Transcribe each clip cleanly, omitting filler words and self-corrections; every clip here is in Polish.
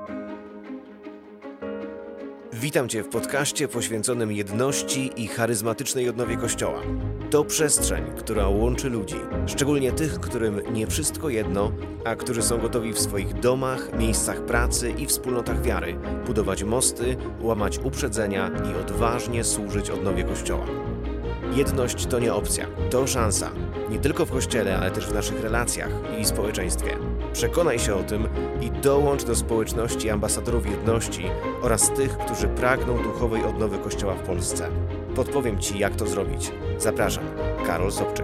Witam Cię w podcaście poświęconym jedności i charyzmatycznej odnowie Kościoła. To przestrzeń, która łączy ludzi, szczególnie tych, którym nie wszystko jedno, a którzy są gotowi w swoich domach, miejscach pracy i wspólnotach wiary budować mosty, łamać uprzedzenia i odważnie służyć odnowie Kościoła. Jedność to nie opcja, to szansa. Nie tylko w Kościele, ale też w naszych relacjach i społeczeństwie. Przekonaj się o tym i dołącz do społeczności ambasadorów jedności oraz tych, którzy pragną duchowej odnowy Kościoła w Polsce. Podpowiem Ci, jak to zrobić. Zapraszam, Karol Sobczyk.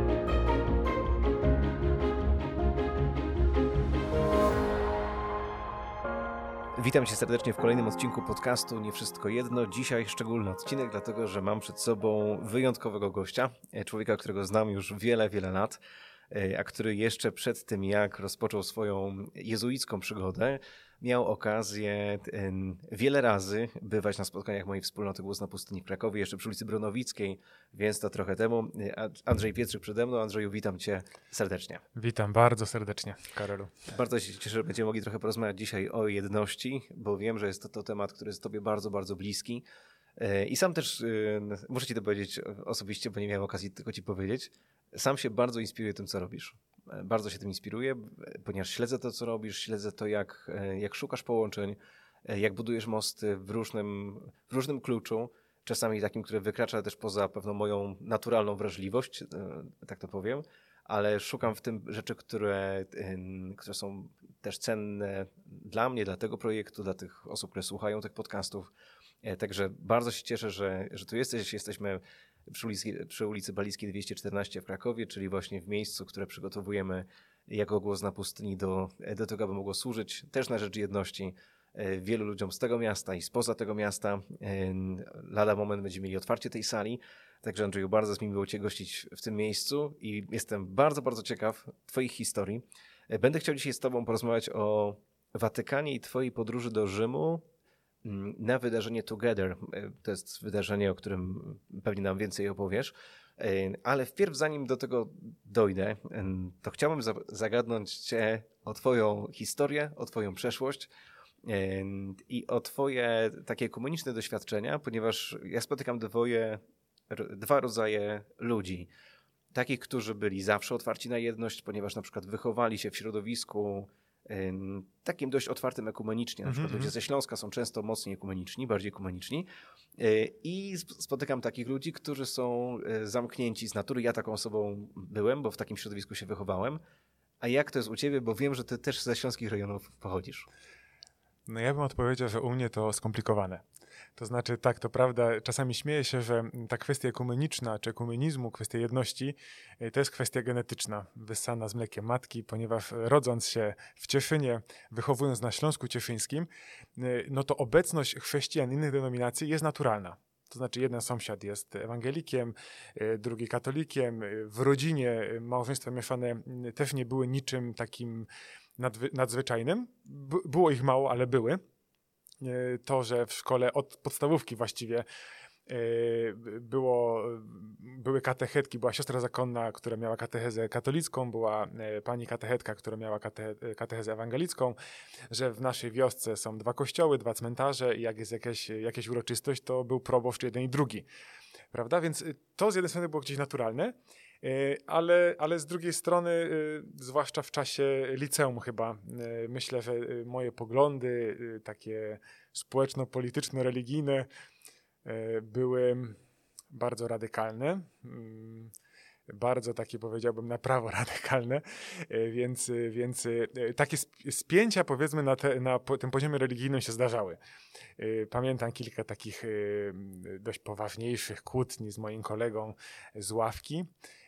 Witam Cię serdecznie w kolejnym odcinku podcastu Nie Wszystko Jedno. Dzisiaj szczególny odcinek, dlatego że mam przed sobą wyjątkowego gościa, człowieka, którego znam już wiele lat, a który jeszcze przed tym, jak rozpoczął swoją jezuicką przygodę, miał okazję wiele razy bywać na spotkaniach mojej wspólnoty Głos na Pustyni w Krakowie, jeszcze przy ulicy Bronowickiej, więc to trochę temu. Andrzej Pietrzyk przede mną. Andrzeju, witam Cię serdecznie. Witam bardzo serdecznie, Karolu. Bardzo się cieszę, że będziemy mogli trochę porozmawiać dzisiaj o jedności, bo wiem, że jest to temat, który jest Tobie bardzo bliski. I sam też, muszę Ci to powiedzieć osobiście, bo nie miałem okazji tylko Ci powiedzieć, sam się bardzo inspiruję tym, co robisz. Bardzo się tym inspiruję, ponieważ śledzę to, co robisz, śledzę to, jak szukasz połączeń, jak budujesz mosty w różnym kluczu, czasami takim, który wykracza też poza pewną moją naturalną wrażliwość, tak to powiem, ale szukam w tym rzeczy, które są też cenne dla mnie, dla tego projektu, dla tych osób, które słuchają tych podcastów. Także bardzo się cieszę, że tu jesteś. Jesteśmy przy ulicy Balickiej 214 w Krakowie, czyli właśnie w miejscu, które przygotowujemy jako Głos na Pustyni do tego, aby mogło służyć też na rzecz jedności wielu ludziom z tego miasta i spoza tego miasta. Lada moment będziemy mieli otwarcie tej sali. Także Andrzeju, bardzo jest mi miło Cię gościć w tym miejscu i jestem bardzo ciekaw Twoich historii. Będę chciał dzisiaj z Tobą porozmawiać o Watykanie i Twojej podróży do Rzymu na wydarzenie Together. To jest wydarzenie, o którym pewnie nam więcej opowiesz. Ale wpierw, zanim do tego dojdę, to chciałbym zagadnąć Cię o Twoją historię, o Twoją przeszłość i o Twoje takie komuniczne doświadczenia, ponieważ ja spotykam dwa rodzaje ludzi. Takich, którzy byli zawsze otwarci na jedność, ponieważ na przykład wychowali się w środowisku takim dość otwartym ekumenicznie. Na przykład ludzie ze Śląska są często mocniej ekumeniczni, bardziej ekumeniczni. I spotykam takich ludzi, którzy są zamknięci z natury. Ja taką osobą byłem, bo w takim środowisku się wychowałem. A jak to jest u Ciebie? Bo wiem, że Ty też ze śląskich rejonów pochodzisz. No ja bym odpowiedział, że u mnie to skomplikowane. To znaczy, tak, to prawda, czasami śmieję się, że ta kwestia ekumeniczna, czy ekumenizmu, kwestia jedności, to jest kwestia genetyczna, wyssana z mlekiem matki, ponieważ rodząc się w Cieszynie, wychowując na Śląsku Cieszyńskim, no to obecność chrześcijan innych denominacji jest naturalna. To znaczy jeden sąsiad jest ewangelikiem, drugi katolikiem. W rodzinie małżeństwa mieszane też nie były niczym takim nadzwyczajnym. Było ich mało, ale były. To, że w szkole od podstawówki właściwie były katechetki, była siostra zakonna, która miała katechezę katolicką, była pani katechetka, która miała katechezę ewangelicką, że w naszej wiosce są 2 kościoły, 2 cmentarze i jak jest jakaś uroczystość, to był proboszcz jeden i drugi. Prawda? Więc to z jednej strony było gdzieś naturalne, ale z drugiej strony, zwłaszcza w czasie liceum chyba, myślę, że moje poglądy takie społeczno-polityczno-religijne były bardzo radykalne, bardzo takie, powiedziałbym, na prawo radykalne, więc takie spięcia, powiedzmy, na tym poziomie religijnym się zdarzały. Pamiętam kilka takich dość poważniejszych kłótni z moim kolegą z ławki,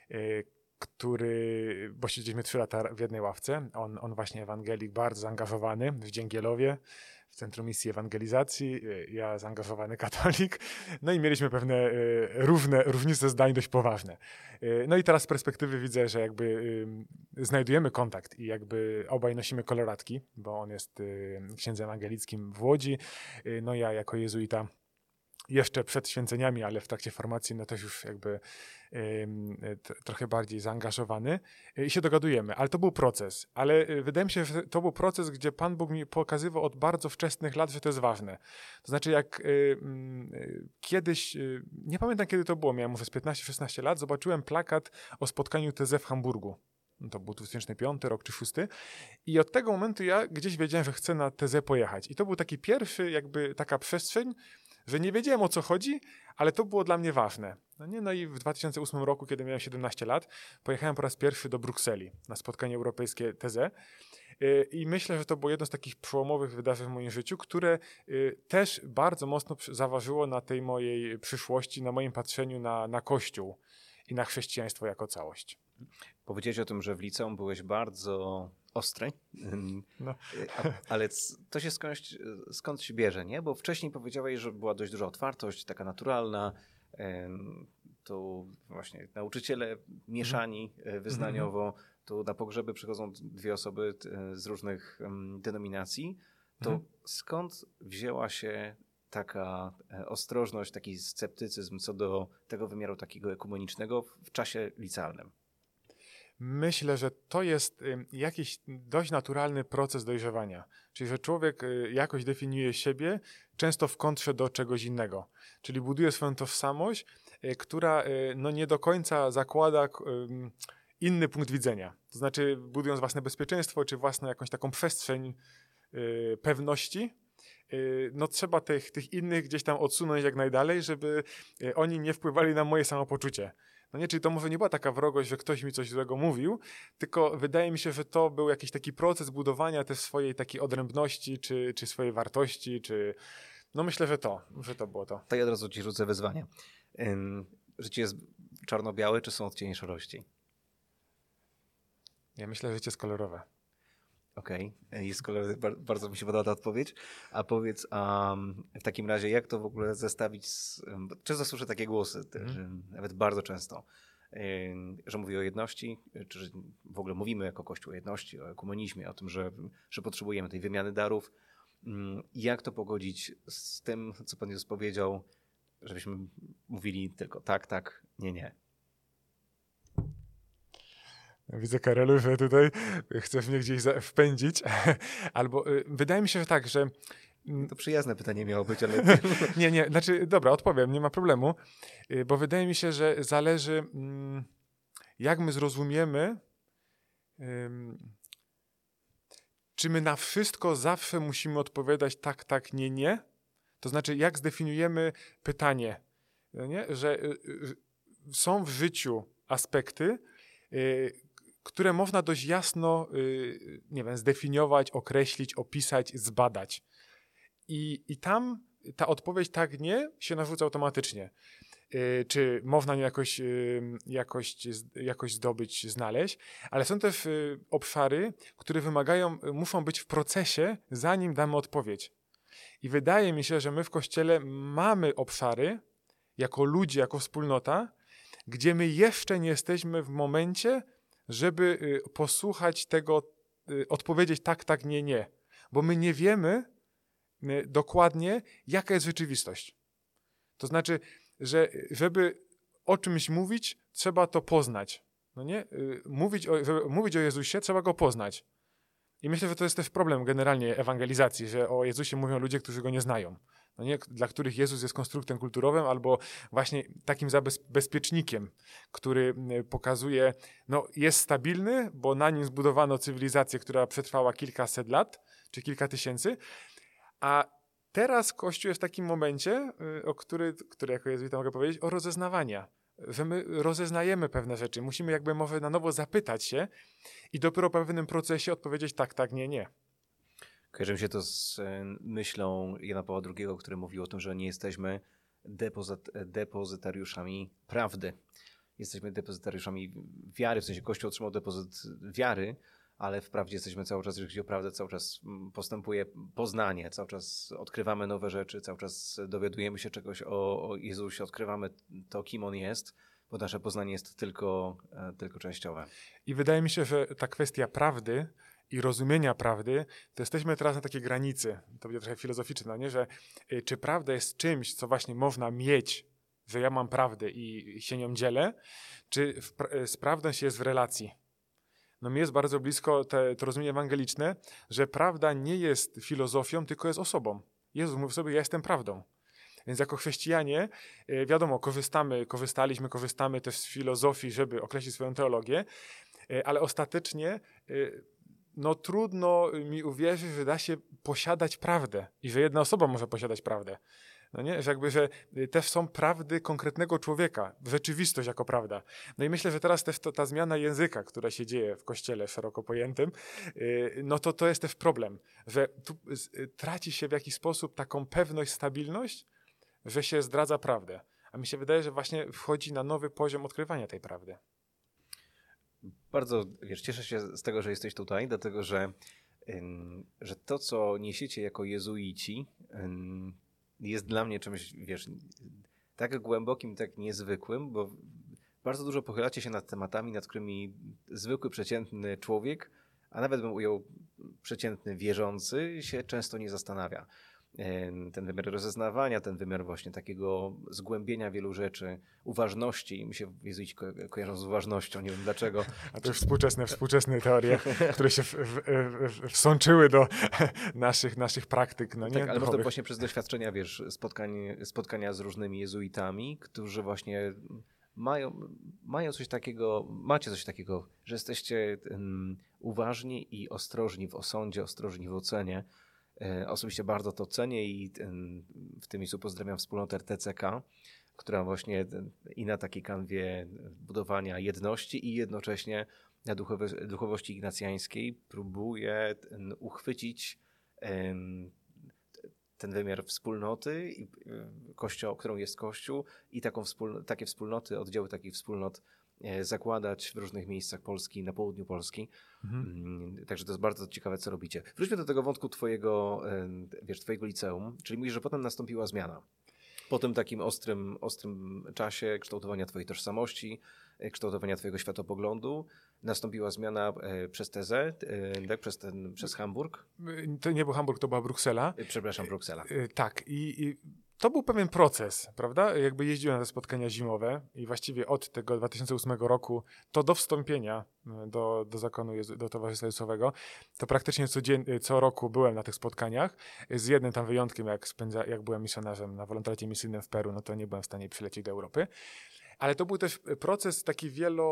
bo siedzieliśmy 3 lata w jednej ławce. On właśnie ewangelik, bardzo zaangażowany w Dzięgielowie, w Centrum Misji Ewangelizacji, ja zaangażowany katolik. No i mieliśmy pewne różnice zdań dość poważne. No i teraz z perspektywy widzę, że jakby znajdujemy kontakt i jakby obaj nosimy koloratki, bo on jest księdzem ewangelickim w Łodzi, no ja jako jezuita jeszcze przed święceniami, ale w trakcie formacji no też już jakby trochę bardziej zaangażowany i się dogadujemy, ale to był proces, ale wydaje mi się, że to był proces, gdzie Pan Bóg mi pokazywał od bardzo wczesnych lat, że to jest ważne. To znaczy jak kiedyś, nie pamiętam kiedy to było, miałem może z 15-16 lat, zobaczyłem plakat o spotkaniu TZ w Hamburgu. To był 2005 rok czy 2006. I od tego momentu ja gdzieś wiedziałem, że chcę na TZ pojechać. I to był taki pierwszy, jakby taka przestrzeń, że nie wiedziałem o co chodzi, ale to było dla mnie ważne. No i w 2008 roku, kiedy miałem 17 lat, pojechałem po raz pierwszy do Brukseli na spotkanie europejskie TZ. I myślę, że to było jedno z takich przełomowych wydarzeń w moim życiu, które też bardzo mocno zaważyło na tej mojej przyszłości, na moim patrzeniu na Kościół i na chrześcijaństwo jako całość. Powiedziałeś o tym, że w liceum byłeś bardzo ostry, no. Ale to się skąd się bierze, nie? Bo wcześniej powiedziałeś, że była dość duża otwartość, taka naturalna, to właśnie nauczyciele mieszani wyznaniowo, tu na pogrzeby przychodzą dwie osoby z różnych denominacji, to skąd wzięła się taka ostrożność, taki sceptycyzm co do tego wymiaru takiego ekumenicznego w czasie licealnym? Myślę, że to jest jakiś dość naturalny proces dojrzewania. Czyli, że człowiek jakoś definiuje siebie często w kontrze do czegoś innego. Czyli buduje swoją tożsamość, która no nie do końca zakłada inny punkt widzenia. To znaczy budując własne bezpieczeństwo, czy własną jakąś taką przestrzeń pewności, no trzeba tych innych gdzieś tam odsunąć jak najdalej, żeby oni nie wpływali na moje samopoczucie. No nie, czyli to może nie była taka wrogość, że ktoś mi coś złego mówił, tylko wydaje mi się, że to był jakiś taki proces budowania też swojej takiej odrębności, czy swojej wartości, czy... No myślę, że to było to. To ja od razu ci rzucę wyzwanie. Życie jest czarno-białe, czy są odcienie szarości? Ja myślę, że życie jest kolorowe. Okej, jest kolorowe, bardzo mi się podoba ta odpowiedź. A powiedz, w takim razie jak to w ogóle zestawić z... Często słyszę takie głosy, nawet bardzo często, że mówi o jedności, czy że w ogóle mówimy jako Kościół o jedności, o ekumenizmie, o tym, że potrzebujemy tej wymiany darów. Jak to pogodzić z tym, co Pan Jezus powiedział, żebyśmy mówili tylko tak, tak, nie, nie. Widzę, Karolu, że tutaj chcesz mnie gdzieś wpędzić. Albo wydaje mi się, że tak, że... To przyjazne pytanie miało być, ale... Nie, znaczy, dobra, odpowiem, nie ma problemu, bo wydaje mi się, że zależy, jak my zrozumiemy, czy my na wszystko zawsze musimy odpowiadać tak, tak, nie, nie. To znaczy, jak zdefiniujemy pytanie, no nie? Że są w życiu aspekty, które można dość jasno, nie wiem, zdefiniować, określić, opisać, zbadać. I tam ta odpowiedź tak, nie się narzuca automatycznie. Czy można ją jakoś zdobyć, znaleźć, ale są też obszary, które muszą być w procesie, zanim damy odpowiedź. I wydaje mi się, że my w Kościele mamy obszary, jako ludzie, jako wspólnota, gdzie my jeszcze nie jesteśmy w momencie, żeby posłuchać tego, odpowiedzieć tak, tak, nie, nie. Bo my nie wiemy dokładnie, jaka jest rzeczywistość. To znaczy, że żeby o czymś mówić, trzeba to poznać. No nie? Mówić o Jezusie, trzeba Go poznać. I myślę, że to jest też problem generalnie ewangelizacji, że o Jezusie mówią ludzie, którzy Go nie znają. No nie? Dla których Jezus jest konstruktem kulturowym albo właśnie takim zabezpiecznikiem, który pokazuje, no jest stabilny, bo na nim zbudowano cywilizację, która przetrwała kilkaset lat, czy kilka tysięcy, a teraz Kościół jest w takim momencie, który jako jezuita mogę powiedzieć, o rozeznawania. Że my rozeznajemy pewne rzeczy. Musimy jakby może na nowo zapytać się i dopiero po pewnym procesie odpowiedzieć tak, tak, nie, nie. Kojarzy mi się to z myślą Jana Pawła II, który mówił o tym, że nie jesteśmy depozytariuszami prawdy. Jesteśmy depozytariuszami wiary, w sensie Kościół otrzymał depozyt wiary, ale wprawdzie jesteśmy cały czas, jeżeli chodzi o prawdę, cały czas postępuje poznanie, cały czas odkrywamy nowe rzeczy, cały czas dowiadujemy się czegoś o Jezusie, odkrywamy to, kim On jest, bo nasze poznanie jest tylko częściowe. I wydaje mi się, że ta kwestia prawdy i rozumienia prawdy, to jesteśmy teraz na takiej granicy, to będzie trochę filozoficzne, no nie? Że czy prawda jest czymś, co właśnie można mieć, że ja mam prawdę i się nią dzielę, czy z prawdą się jest w relacji. No mi jest bardzo blisko to rozumienie ewangeliczne, że prawda nie jest filozofią, tylko jest osobą. Jezus mówi sobie, ja jestem prawdą. Więc jako chrześcijanie, wiadomo, korzystamy też z filozofii, żeby określić swoją teologię, ale ostatecznie no trudno mi uwierzyć, że da się posiadać prawdę i że jedna osoba może posiadać prawdę. No nie? Że też są prawdy konkretnego człowieka, rzeczywistość jako prawda. No i myślę, że teraz też ta zmiana języka, która się dzieje w Kościele szeroko pojętym, no to jest też problem, że tu traci się w jakiś sposób taką pewność, stabilność, że się zdradza prawdę. A mi się wydaje, że właśnie wchodzi na nowy poziom odkrywania tej prawdy. Bardzo, cieszę się z tego, że jesteś tutaj, dlatego że to, co niesiecie jako jezuici, jest dla mnie czymś, tak głębokim, tak niezwykłym, bo bardzo dużo pochylacie się nad tematami, nad którymi zwykły, przeciętny człowiek, a nawet bym ujął przeciętny wierzący, się często nie zastanawia. Ten wymiar rozeznawania, ten wymiar właśnie takiego zgłębienia wielu rzeczy, uważności. Mi się jezuici kojarzą z uważnością, nie wiem dlaczego. A to już współczesne teorie, które się wsączyły do naszych praktyk. No, nie? Tak, ale może właśnie przez doświadczenia, spotkania z różnymi jezuitami, którzy właśnie macie coś takiego, że jesteście uważni i ostrożni w osądzie, ostrożni w ocenie. Osobiście bardzo to cenię i w tym miejscu pozdrawiam wspólnotę RTCK, która właśnie i na takiej kanwie budowania jedności i jednocześnie na duchowości ignacjańskiej próbuje uchwycić ten wymiar wspólnoty, Kościoła, którą jest Kościół i takie wspólnoty, oddziały takich wspólnot zakładać w różnych miejscach Polski, na południu Polski. Także to jest bardzo ciekawe, co robicie. Wróćmy do tego wątku twojego liceum, czyli mówisz, że potem nastąpiła zmiana. Po tym takim ostrym czasie kształtowania twojej tożsamości, kształtowania twojego światopoglądu, nastąpiła zmiana przez tezę, tak? Przez Hamburg. To nie był Hamburg, to była Bruksela. Przepraszam, Bruksela. Tak. I to był pewien proces, prawda? Jakby jeździłem na te spotkania zimowe i właściwie od tego 2008 roku, to do wstąpienia do zakonu, do Towarzystwa Jezusowego, to praktycznie co roku byłem na tych spotkaniach. Z jednym tam wyjątkiem, jak byłem misjonarzem na wolontariacie misyjnym w Peru, no to nie byłem w stanie przylecieć do Europy. Ale to był też proces taki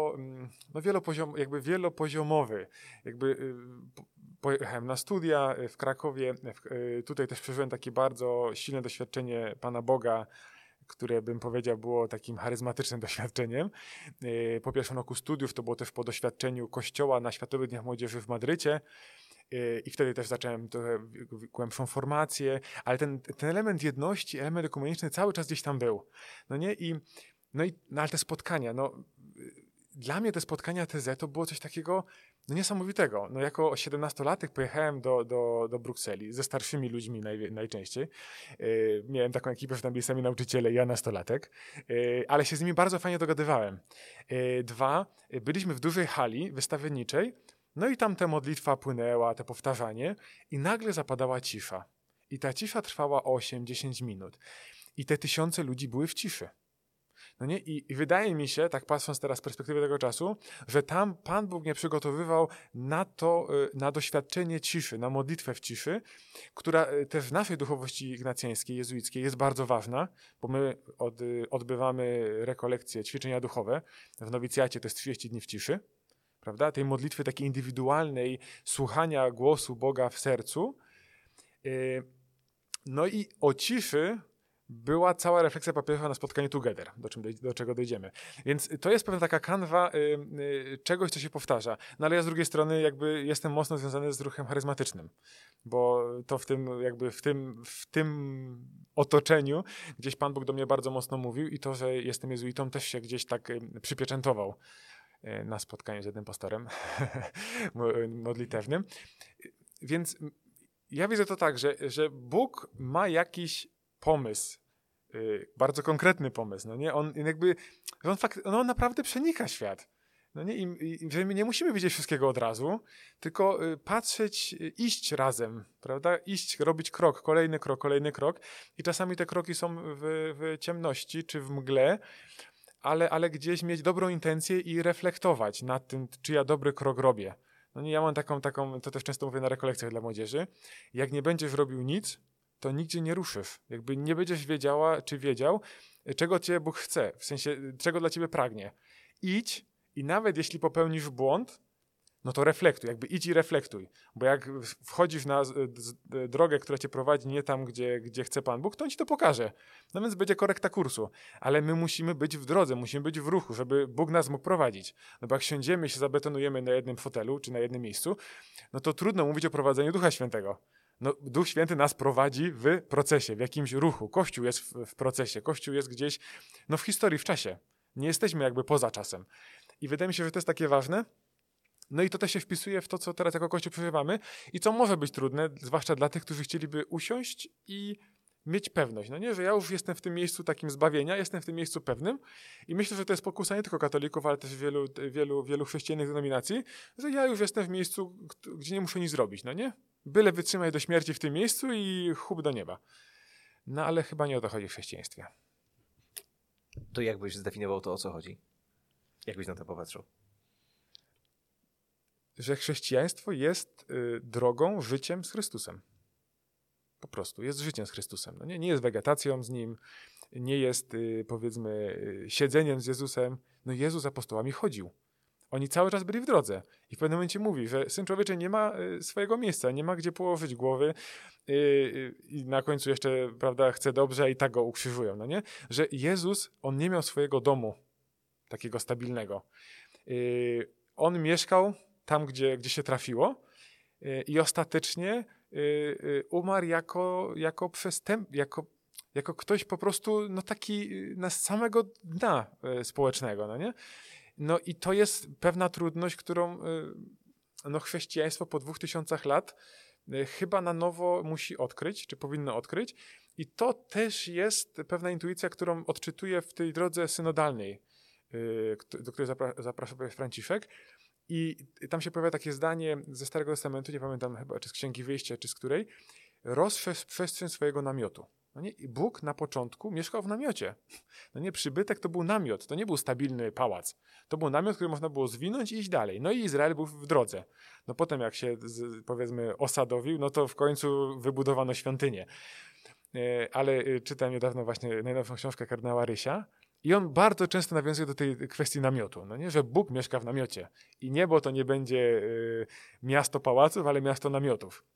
wielopoziomowy. Pojechałem na studia w Krakowie. Tutaj też przeżyłem takie bardzo silne doświadczenie Pana Boga, które bym powiedział było takim charyzmatycznym doświadczeniem. Po pierwszym roku studiów to było też po doświadczeniu Kościoła na Światowych Dniach Młodzieży w Madrycie. I wtedy też zacząłem trochę głębszą formację, ale ten element jedności, element ekumeniczny cały czas gdzieś tam był. No nie? Ale te spotkania, dla mnie te spotkania TZ to było coś takiego niesamowitego. Jako 17-latek pojechałem do Brukseli ze starszymi ludźmi najczęściej. Miałem taką ekipę, że tam byli sami nauczyciele i ja nastolatek, ale się z nimi bardzo fajnie dogadywałem. Byliśmy w dużej hali wystawienniczej, i tam ta modlitwa płynęła, to powtarzanie i nagle zapadała cisza. I ta cisza trwała 8-10 minut. I te tysiące ludzi były w ciszy. No nie? I wydaje mi się, tak patrząc teraz z perspektywy tego czasu, że tam Pan Bóg mnie przygotowywał na doświadczenie ciszy, na modlitwę w ciszy, która też w naszej duchowości ignacjańskiej, jezuickiej jest bardzo ważna, bo my odbywamy rekolekcje, ćwiczenia duchowe. W nowicjacie to jest 30 dni w ciszy, prawda? Tej modlitwy takiej indywidualnej, słuchania głosu Boga w sercu. I o ciszy była cała refleksja papierowa na spotkaniu Together, do czego dojdziemy. Więc to jest pewna taka kanwa czegoś, co się powtarza. No ale ja z drugiej strony jakby jestem mocno związany z ruchem charyzmatycznym, bo to w tym otoczeniu gdzieś Pan Bóg do mnie bardzo mocno mówił i to, że jestem jezuitą, też się gdzieś tak przypieczętował na spotkaniu z jednym pastorem modlitewnym. Więc ja widzę to tak, że Bóg ma jakiś pomysł, bardzo konkretny pomysł, no nie? On naprawdę przenika świat. No nie? I że my nie musimy widzieć wszystkiego od razu, tylko patrzeć, iść razem, prawda? Iść, robić krok, kolejny krok. I czasami te kroki są w ciemności czy w mgle, ale gdzieś mieć dobrą intencję i reflektować nad tym, czy ja dobry krok robię. No nie, ja mam taką, to też często mówię na rekolekcjach dla młodzieży, jak nie będziesz robił nic, to nigdzie nie ruszysz. Jakby nie będziesz wiedziała, czy wiedział, czego cię Bóg chce, w sensie, czego dla ciebie pragnie. Idź i nawet jeśli popełnisz błąd, no to reflektuj, jakby idź i reflektuj. Bo jak wchodzisz na drogę, która cię prowadzi nie tam, gdzie chce Pan Bóg, to on ci to pokaże. No więc będzie korekta kursu. Ale my musimy być w drodze, musimy być w ruchu, żeby Bóg nas mógł prowadzić. No bo jak siądziemy i się zabetonujemy na jednym fotelu, czy na jednym miejscu, no to trudno mówić o prowadzeniu Ducha Świętego. No, Duch Święty nas prowadzi w procesie, w jakimś ruchu. Kościół jest w procesie, Kościół jest gdzieś, no w historii, w czasie. Nie jesteśmy jakby poza czasem. I wydaje mi się, że to jest takie ważne. No i to też się wpisuje w to, co teraz jako Kościół przeżywamy i co może być trudne, zwłaszcza dla tych, którzy chcieliby usiąść i mieć pewność. No nie, że ja już jestem w tym miejscu takim zbawienia, jestem w tym miejscu pewnym i myślę, że to jest pokusa nie tylko katolików, ale też wielu chrześcijańskich denominacji, że ja już jestem w miejscu, gdzie nie muszę nic zrobić, no nie? Byle wytrzymać do śmierci w tym miejscu i chób do nieba. No ale chyba nie o to chodzi w chrześcijaństwie. To jak byś zdefiniował to, o co chodzi? Jak byś na to popatrzył? Że chrześcijaństwo jest drogą, życiem z Chrystusem. Po prostu jest życiem z Chrystusem. No nie jest wegetacją z Nim, nie jest powiedzmy siedzeniem z Jezusem. No Jezus z apostołami chodził. Oni cały czas byli w drodze. I w pewnym momencie mówi, że Syn Człowieczy nie ma swojego miejsca, nie ma gdzie położyć głowy i na końcu jeszcze, prawda, chce dobrze, a i tak go ukrzyżują, no nie? Że Jezus, On nie miał swojego domu takiego stabilnego. On mieszkał tam, gdzie się trafiło i ostatecznie umarł jako jako ktoś po prostu no taki na samego dna społecznego, no nie? No i to jest pewna trudność, którą no chrześcijaństwo po 2000 lat chyba na nowo musi odkryć, czy powinno odkryć. I to też jest pewna intuicja, którą odczytuję w tej drodze synodalnej, do której zaprasza Franciszek. I tam się pojawia takie zdanie ze Starego Testamentu, nie pamiętam chyba, czy z Księgi Wyjścia, czy z której, rozszerz przestrzeń swojego namiotu. No nie? I Bóg na początku mieszkał w namiocie. No nie, przybytek to był namiot, to nie był stabilny pałac. To był namiot, który można było zwinąć i iść dalej. No i Izrael był w drodze. No potem jak się, powiedzmy, osadowił, no to w końcu wybudowano świątynię. Ale czytam niedawno właśnie najnowszą książkę kardynała Rysia i on bardzo często nawiązuje do tej kwestii namiotu. No nie, że Bóg mieszka w namiocie i niebo to nie będzie miasto pałaców, ale miasto namiotów.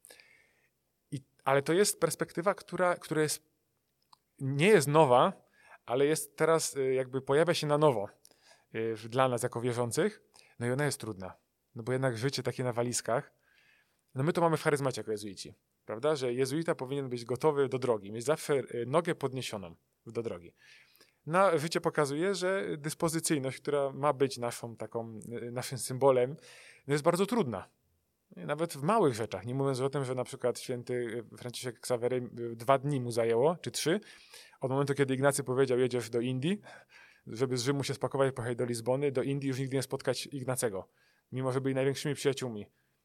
Ale to jest perspektywa, która nie jest nowa, ale jest teraz jakby pojawia się na nowo dla nas jako wierzących. No i ona jest trudna. No bo jednak życie takie na walizkach, no my to mamy w charyzmacie jako jezuici, prawda? Że jezuita powinien być gotowy do drogi, mieć zawsze nogę podniesioną do drogi. No, życie pokazuje, że dyspozycyjność, która ma być naszym symbolem, no jest bardzo trudna. Nawet w małych rzeczach, nie mówiąc o tym, że na przykład święty Franciszek Ksawery 2 dni mu zajęło, czy 3, od momentu, kiedy Ignacy powiedział, jedziesz do Indii, żeby z Rzymu się spakować, pojechać do Lizbony, do Indii już nigdy nie spotkać Ignacego, mimo że byli największymi przyjaciółmi.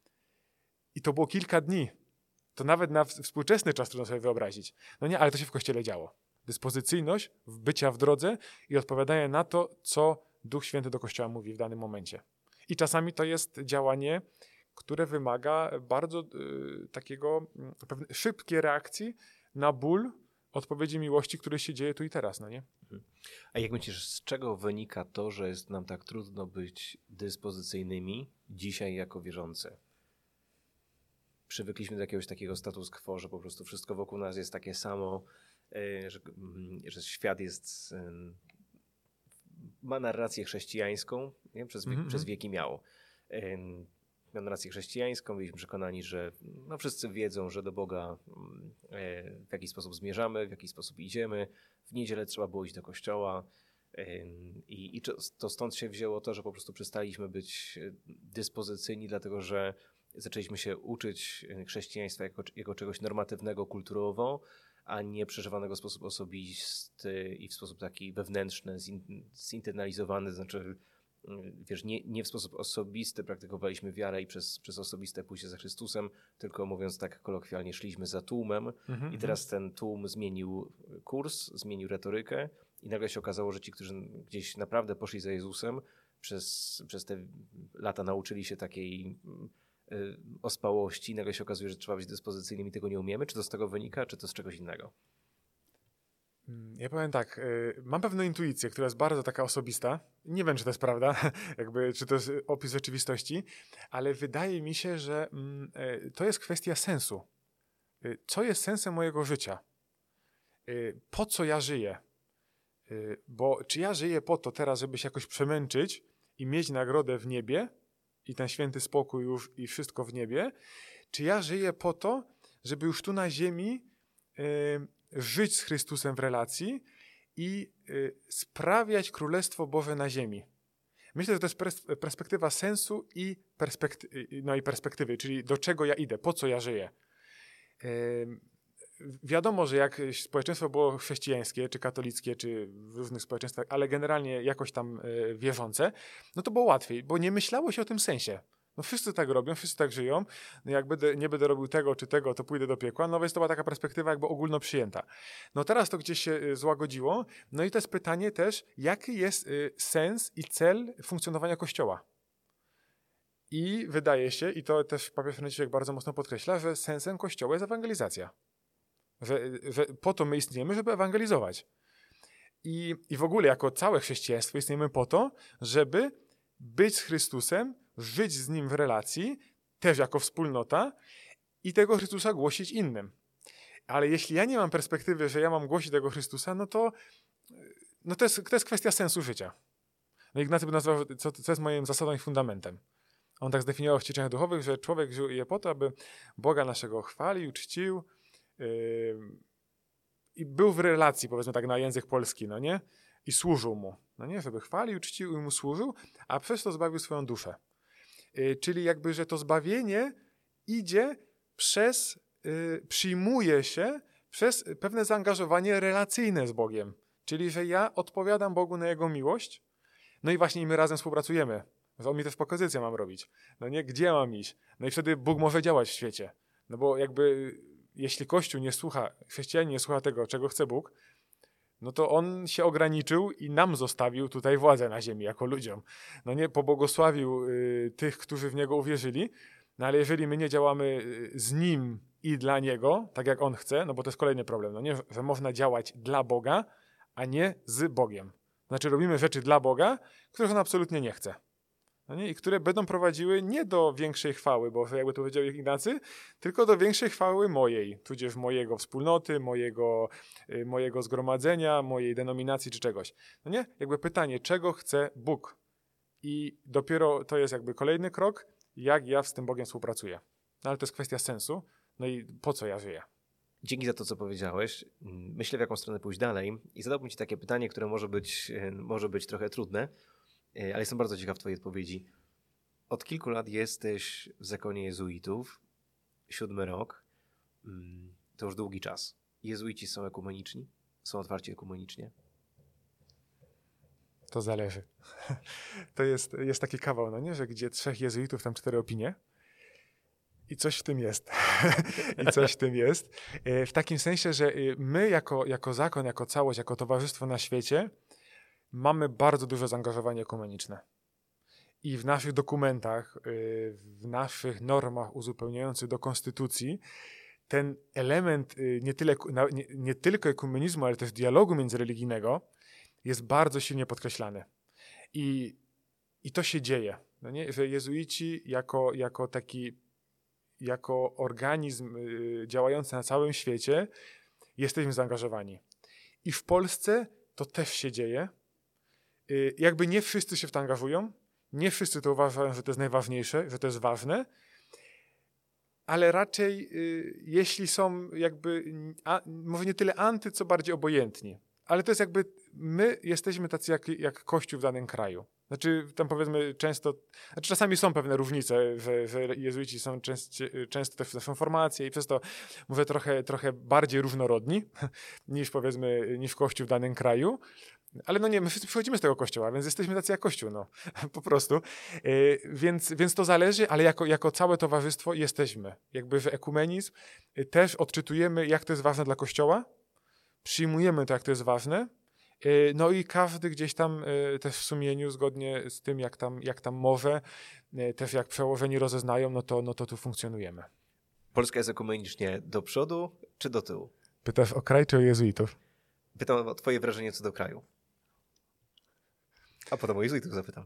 I to było kilka dni. To nawet na współczesny czas trudno sobie wyobrazić. No nie, ale to się w Kościele działo. Dyspozycyjność, bycia w drodze i odpowiadanie na to, co Duch Święty do Kościoła mówi w danym momencie. I czasami to jest działanie, które wymaga bardzo takiego szybkiej reakcji na ból, odpowiedzi miłości, który się dzieje tu i teraz, no nie? A jak myślisz, z czego wynika to, że jest nam tak trudno być dyspozycyjnymi dzisiaj jako wierzący? Przywykliśmy do jakiegoś takiego status quo, że po prostu wszystko wokół nas jest takie samo, że świat jest, ma narrację chrześcijańską, nie? Przez wieki miał. Miał narrację chrześcijańską, byliśmy przekonani, że no, wszyscy wiedzą, że do Boga w jakiś sposób zmierzamy, w jakiś sposób idziemy. W niedzielę trzeba było iść do kościoła i to stąd się wzięło to, że po prostu przestaliśmy być dyspozycyjni, dlatego że zaczęliśmy się uczyć chrześcijaństwa jako czegoś normatywnego kulturowo, a nie przeżywanego w sposób osobisty i w sposób taki wewnętrzny, zinternalizowany, znaczy wiesz, nie w sposób osobisty praktykowaliśmy wiarę i przez osobiste pójście za Chrystusem, tylko mówiąc tak kolokwialnie, szliśmy za tłumem i teraz ten tłum zmienił kurs, zmienił retorykę i nagle się okazało, że ci, którzy gdzieś naprawdę poszli za Jezusem, przez te lata nauczyli się takiej ospałości, nagle się okazuje, że trzeba być dyspozycyjnym i tego nie umiemy. Czy to z tego wynika, czy to z czegoś innego? Ja powiem tak, mam pewną intuicję, która jest bardzo taka osobista. Nie wiem, czy to jest prawda, czy to jest opis rzeczywistości, ale wydaje mi się, że to jest kwestia sensu. Co jest sensem mojego życia? Po co ja żyję? Bo czy ja żyję po to teraz, żeby się jakoś przemęczyć i mieć nagrodę w niebie i ten święty spokój już i wszystko w niebie? Czy ja żyję po to, żeby już tu na ziemi żyć z Chrystusem w relacji i sprawiać Królestwo Boże na ziemi? Myślę, że to jest perspektywa sensu i perspektywy, czyli do czego ja idę, po co ja żyję. Wiadomo, że jak społeczeństwo było chrześcijańskie, czy katolickie, czy w różnych społeczeństwach, ale generalnie jakoś tam wierzące, no to było łatwiej, bo nie myślało się o tym sensie. No wszyscy tak robią, wszyscy tak żyją. No jak nie będę robił tego czy tego, to pójdę do piekła. No więc to była taka perspektywa jakby ogólno przyjęta. No teraz to gdzieś się złagodziło. No i to jest pytanie też, jaki jest sens i cel funkcjonowania Kościoła. I wydaje się, i to też papież Franciszek bardzo mocno podkreśla, że sensem Kościoła jest ewangelizacja. Że po to my istniejemy, żeby ewangelizować. I w ogóle jako całe chrześcijaństwo istniejemy po to, żeby być z Chrystusem, żyć z Nim w relacji, też jako wspólnota i tego Chrystusa głosić innym. Ale jeśli ja nie mam perspektywy, że ja mam głosić tego Chrystusa, no to jest kwestia sensu życia. No Ignacy by nazwał, co jest moim zasadą i fundamentem. On tak zdefiniował w ćwiczeniach duchowych, że człowiek żyje po to, aby Boga naszego chwalił, czcił i był w relacji, powiedzmy tak na język polski, no nie? I służył Mu, no nie? Żeby chwalił, czcił i Mu służył, a przez to zbawił swoją duszę. Czyli jakby, że to zbawienie idzie przyjmuje się przez pewne zaangażowanie relacyjne z Bogiem. Czyli, że ja odpowiadam Bogu na Jego miłość, no i właśnie my razem współpracujemy. On mi też propozycję mam robić. No nie, gdzie mam iść? No i wtedy Bóg może działać w świecie. No bo jakby, jeśli Kościół nie słucha, chrześcijanin nie słucha tego, czego chce Bóg, no to on się ograniczył i nam zostawił tutaj władzę na ziemi jako ludziom. No nie, pobłogosławił tych, którzy w Niego uwierzyli, no ale jeżeli my nie działamy z Nim i dla Niego, tak jak On chce, no bo to jest kolejny problem, no nie, że można działać dla Boga, a nie z Bogiem. Znaczy robimy rzeczy dla Boga, których On absolutnie nie chce. No nie? I które będą prowadziły nie do większej chwały, bo jakby to powiedział Ignacy, tylko do większej chwały mojej, tudzież mojego wspólnoty, mojego zgromadzenia, mojej denominacji czy czegoś. No nie? Jakby pytanie, czego chce Bóg? I dopiero to jest jakby kolejny krok, jak ja z tym Bogiem współpracuję. No ale to jest kwestia sensu, no i po co ja żyję? Dzięki za to, co powiedziałeś. Myślę, w jaką stronę pójść dalej i zadałbym Ci takie pytanie, które może być trochę trudne, ale jestem bardzo ciekaw Twojej odpowiedzi. Od kilku lat jesteś w zakonie jezuitów, 7. rok, to już długi czas. Jezuici są ekumeniczni? Są otwarci ekumenicznie? To zależy. To jest taki kawał, no nie, że gdzie 3 jezuitów, tam 4 opinie. I coś w tym jest. I coś w tym jest. W takim sensie, że my jako zakon, jako całość, jako towarzystwo na świecie mamy bardzo duże zaangażowanie ekumeniczne. I w naszych dokumentach, w naszych normach uzupełniających do konstytucji ten element nie tylko ekumenizmu, ale też dialogu międzyreligijnego jest bardzo silnie podkreślany. I to się dzieje. No nie? Że jezuici jako organizm działający na całym świecie jesteśmy zaangażowani. I w Polsce to też się dzieje. Jakby nie wszyscy się w to angażują, nie wszyscy to uważają, że to jest najważniejsze, że to jest ważne, ale raczej jeśli są jakby, może nie tyle anty, co bardziej obojętni. Ale to jest jakby, my jesteśmy tacy jak Kościół w danym kraju. Znaczy tam powiedzmy często, znaczy czasami są pewne różnice, że jezuici są często też są formacje i przez to mówię trochę bardziej różnorodni niż powiedzmy, niż Kościół w danym kraju. Ale no nie, my wszyscy przychodzimy z tego kościoła, więc jesteśmy tacy jak Kościół, no, po prostu. Więc to zależy, ale jako całe towarzystwo jesteśmy. Jakby w ekumenizm też odczytujemy, jak to jest ważne dla Kościoła, przyjmujemy to, jak to jest ważne, no i każdy gdzieś tam też w sumieniu, zgodnie z tym, jak tam może, też jak przełożeni rozeznają, no to tu funkcjonujemy. Polska jest ekumenicznie do przodu czy do tyłu? Pytasz o kraj czy o jezuitów? Pytam o twoje wrażenie co do kraju. A potem o jezuitów zapytam.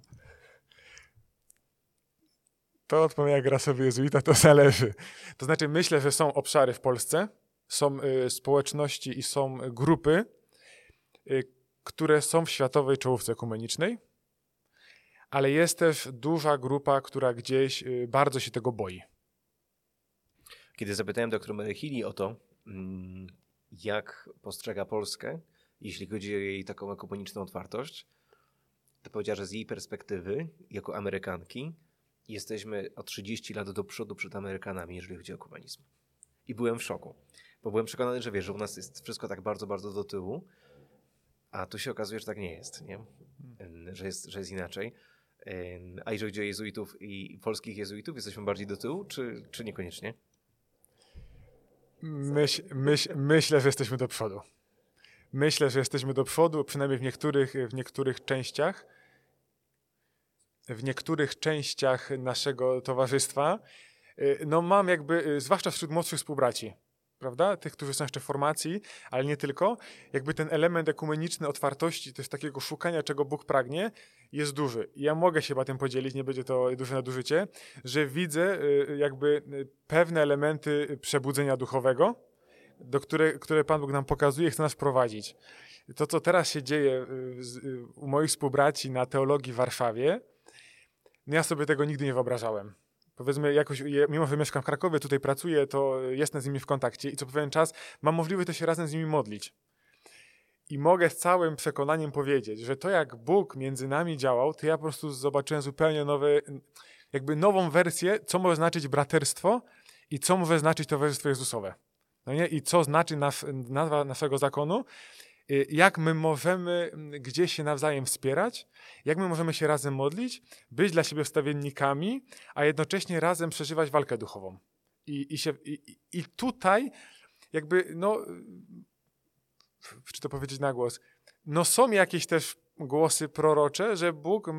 To odpowiem, jak gra sobie jezuita, to zależy. To znaczy, myślę, że są obszary w Polsce, są społeczności i są grupy, które są w światowej czołówce ekumenicznej, ale jest też duża grupa, która gdzieś bardzo się tego boi. Kiedy zapytałem dr Merechili o to, jak postrzega Polskę, jeśli chodzi o jej taką ekumeniczną otwartość, to powiedziała, że z jej perspektywy, jako Amerykanki, jesteśmy o 30 lat do przodu przed Amerykanami, jeżeli chodzi o ekumenizm. I byłem w szoku, bo byłem przekonany, że wiesz, że u nas jest wszystko tak bardzo, bardzo do tyłu, a tu się okazuje, że tak nie jest, nie? Że jest inaczej. A jeżeli chodzi o jezuitów i polskich jezuitów, jesteśmy bardziej do tyłu, czy niekoniecznie? Myślę, że jesteśmy do przodu. Myślę, że jesteśmy do przodu, przynajmniej w niektórych częściach naszego towarzystwa. No mam jakby, zwłaszcza wśród młodszych współbraci, prawda? Tych, którzy są jeszcze w formacji, ale nie tylko. Jakby ten element ekumeniczny, otwartości, też takiego szukania, czego Bóg pragnie, jest duży. I ja mogę się chyba tym podzielić, nie będzie to duże nadużycie, że widzę jakby pewne elementy przebudzenia duchowego, które Pan Bóg nam pokazuje i chce nas prowadzić. To, co teraz się dzieje u moich współbraci na teologii w Warszawie, no ja sobie tego nigdy nie wyobrażałem. Powiedzmy, jakoś, mimo że mieszkam w Krakowie, tutaj pracuję, to jestem z nimi w kontakcie i co pewien czas mam możliwość też się razem z nimi modlić. I mogę z całym przekonaniem powiedzieć, że to jak Bóg między nami działał, to ja po prostu zobaczyłem zupełnie nową wersję, co może znaczyć braterstwo i co może znaczyć towarzystwo Jezusowe. No nie? I co znaczy nazwa naszego zakonu, jak my możemy gdzieś się nawzajem wspierać, jak my możemy się razem modlić, być dla siebie wstawiennikami, a jednocześnie razem przeżywać walkę duchową. I tutaj jakby, no, czy to powiedzieć na głos, no są jakieś też głosy prorocze, że Bóg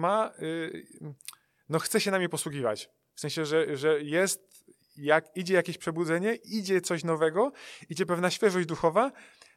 chce się nami posługiwać. W sensie, że jest, jak idzie jakieś przebudzenie, idzie coś nowego, idzie pewna świeżość duchowa,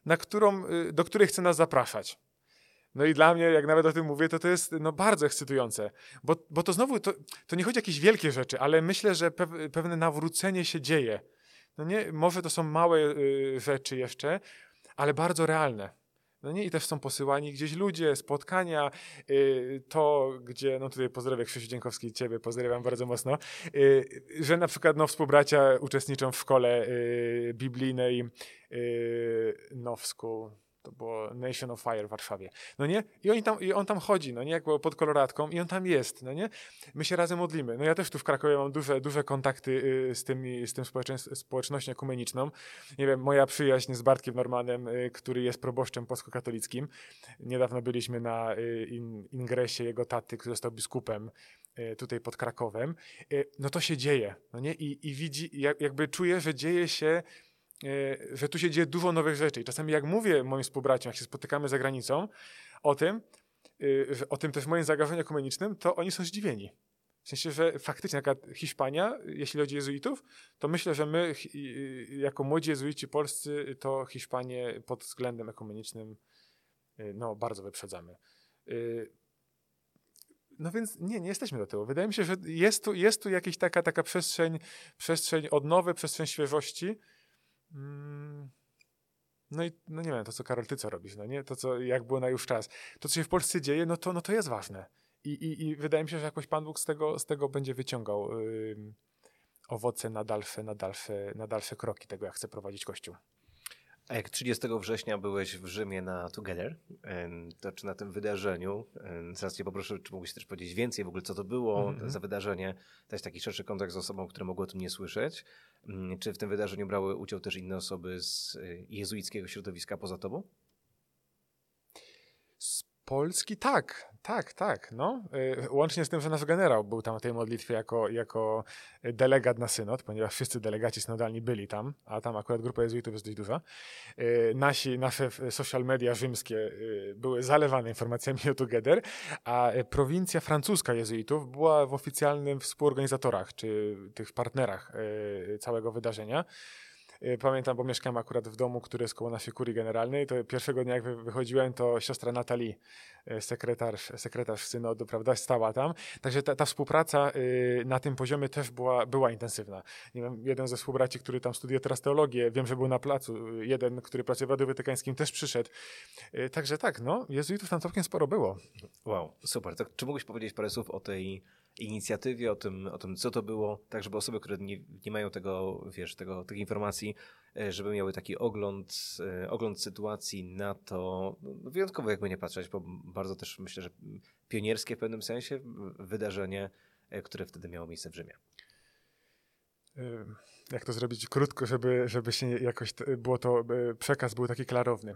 do której chce nas zapraszać. No i dla mnie, jak nawet o tym mówię, to jest bardzo ekscytujące. Bo to znowu, to nie chodzi o jakieś wielkie rzeczy, ale myślę, że pewne nawrócenie się dzieje. No nie, może to są małe rzeczy jeszcze, ale bardzo realne. No nie, i też są posyłani gdzieś ludzie, spotkania, to gdzie, no tutaj pozdrawiam Krzysiu Dziękowski, ciebie pozdrawiam bardzo mocno, że na przykład współbracia uczestniczą w szkole biblijnej Now School, to było Nation of Fire w Warszawie, no nie, i on tam chodzi, no nie, jak pod koloratką i on tam jest, no nie, my się razem modlimy, no ja też tu w Krakowie mam duże kontakty z tym społecznością ekumeniczną, nie wiem, moja przyjaźń z Bartkiem Normanem, który jest proboszczem polskokatolickim, niedawno byliśmy na ingresie jego taty, który został biskupem tutaj pod Krakowem, no to się dzieje, no nie, i widzi, jakby czuje, że dzieje się, że tu się dzieje dużo nowych rzeczy. I czasami jak mówię moim współbraciom, jak się spotykamy za granicą o tym też moim zaangażowaniu ekumenicznym, to oni są zdziwieni. W sensie, że faktycznie jaka Hiszpania, jeśli chodzi o jezuitów, to myślę, że my jako młodzi jezuici polscy to Hiszpanię pod względem ekumenicznym bardzo wyprzedzamy. No więc nie jesteśmy do tyłu. Wydaje mi się, że jest tu jakaś taka przestrzeń odnowy, przestrzeń świeżości. No i nie wiem, to co Karol, ty co robisz, no nie? To co, jak było na już czas. To co się w Polsce dzieje, no to jest ważne. I wydaje mi się, że jakoś Pan Bóg z tego będzie wyciągał owoce na dalsze kroki tego, jak chce prowadzić Kościół. A jak 30 września byłeś w Rzymie na Together, to czy na tym wydarzeniu, zaraz cię poproszę, czy mógłbyś też powiedzieć więcej w ogóle, co to było za wydarzenie, dać taki szerszy kontakt z osobą, które mogły o tym nie słyszeć. Czy w tym wydarzeniu brały udział też inne osoby z jezuickiego środowiska poza tobą? Z Polski? Tak. No. Łącznie z tym, że nasz generał był tam w tej modlitwie jako delegat na synod, ponieważ wszyscy delegaci synodalni byli tam, a tam akurat grupa jezuitów jest dość duża. Nasze social media rzymskie były zalewane informacjami o Together, a prowincja francuska jezuitów była w oficjalnym współorganizatorach, czy tych partnerach całego wydarzenia. Pamiętam, bo mieszkałem akurat w domu, który jest koło naszej kurii generalnej, to pierwszego dnia jak wychodziłem, to siostra Natalie, sekretarz synodu, prawda, stała tam. Także ta współpraca na tym poziomie też była intensywna. Nie wiem, jeden ze współbraci, który tam studiuje teraz teologię, wiem, że był na placu. Jeden, który pracuje w Radiu Watykańskim, też przyszedł. Także tak, no, jezuitów tam całkiem sporo było. Wow, super. To, czy mógłbyś powiedzieć parę słów o tej inicjatywie, o tym, co to było, tak żeby osoby, które nie mają tych informacji, żeby miały taki ogląd sytuacji na to, no wyjątkowo jakby nie patrzeć, bo bardzo też myślę, że pionierskie w pewnym sensie wydarzenie, które wtedy miało miejsce w Rzymie. Jak to zrobić krótko, żeby się jakoś przekaz był taki klarowny.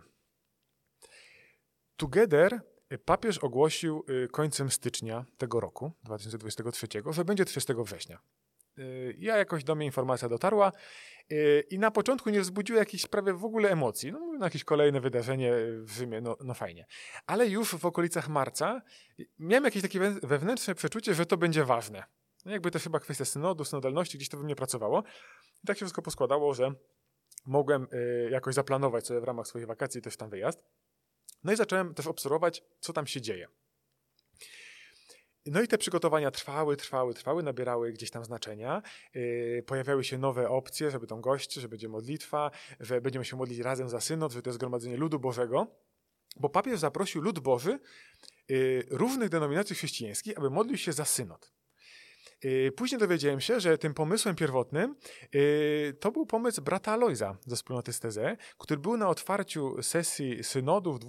Together papież ogłosił końcem stycznia tego roku, 2023, że będzie 30 września. Jakoś do mnie informacja dotarła i na początku nie wzbudziło jakichś prawie w ogóle emocji. No, jakieś kolejne wydarzenie w Rzymie, no fajnie. Ale już w okolicach marca miałem jakieś takie wewnętrzne przeczucie, że to będzie ważne. No jakby to chyba kwestia synodu, synodalności, gdzieś to we mnie pracowało. I tak się wszystko poskładało, że mogłem jakoś zaplanować sobie w ramach swoich wakacji też tam wyjazd. No i zacząłem też obserwować, co tam się dzieje. No i te przygotowania trwały, nabierały gdzieś tam znaczenia. Pojawiały się nowe opcje, że będą goście, że będzie modlitwa, że będziemy się modlić razem za synod, że to jest zgromadzenie ludu Bożego. Bo papież zaprosił lud Boży różnych denominacji chrześcijańskich, aby modlił się za synod. Później dowiedziałem się, że tym pomysłem pierwotnym to był pomysł brata Alojza ze wspólnoty Stezę, który był na otwarciu sesji synodu w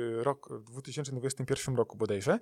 2021 roku bodajże,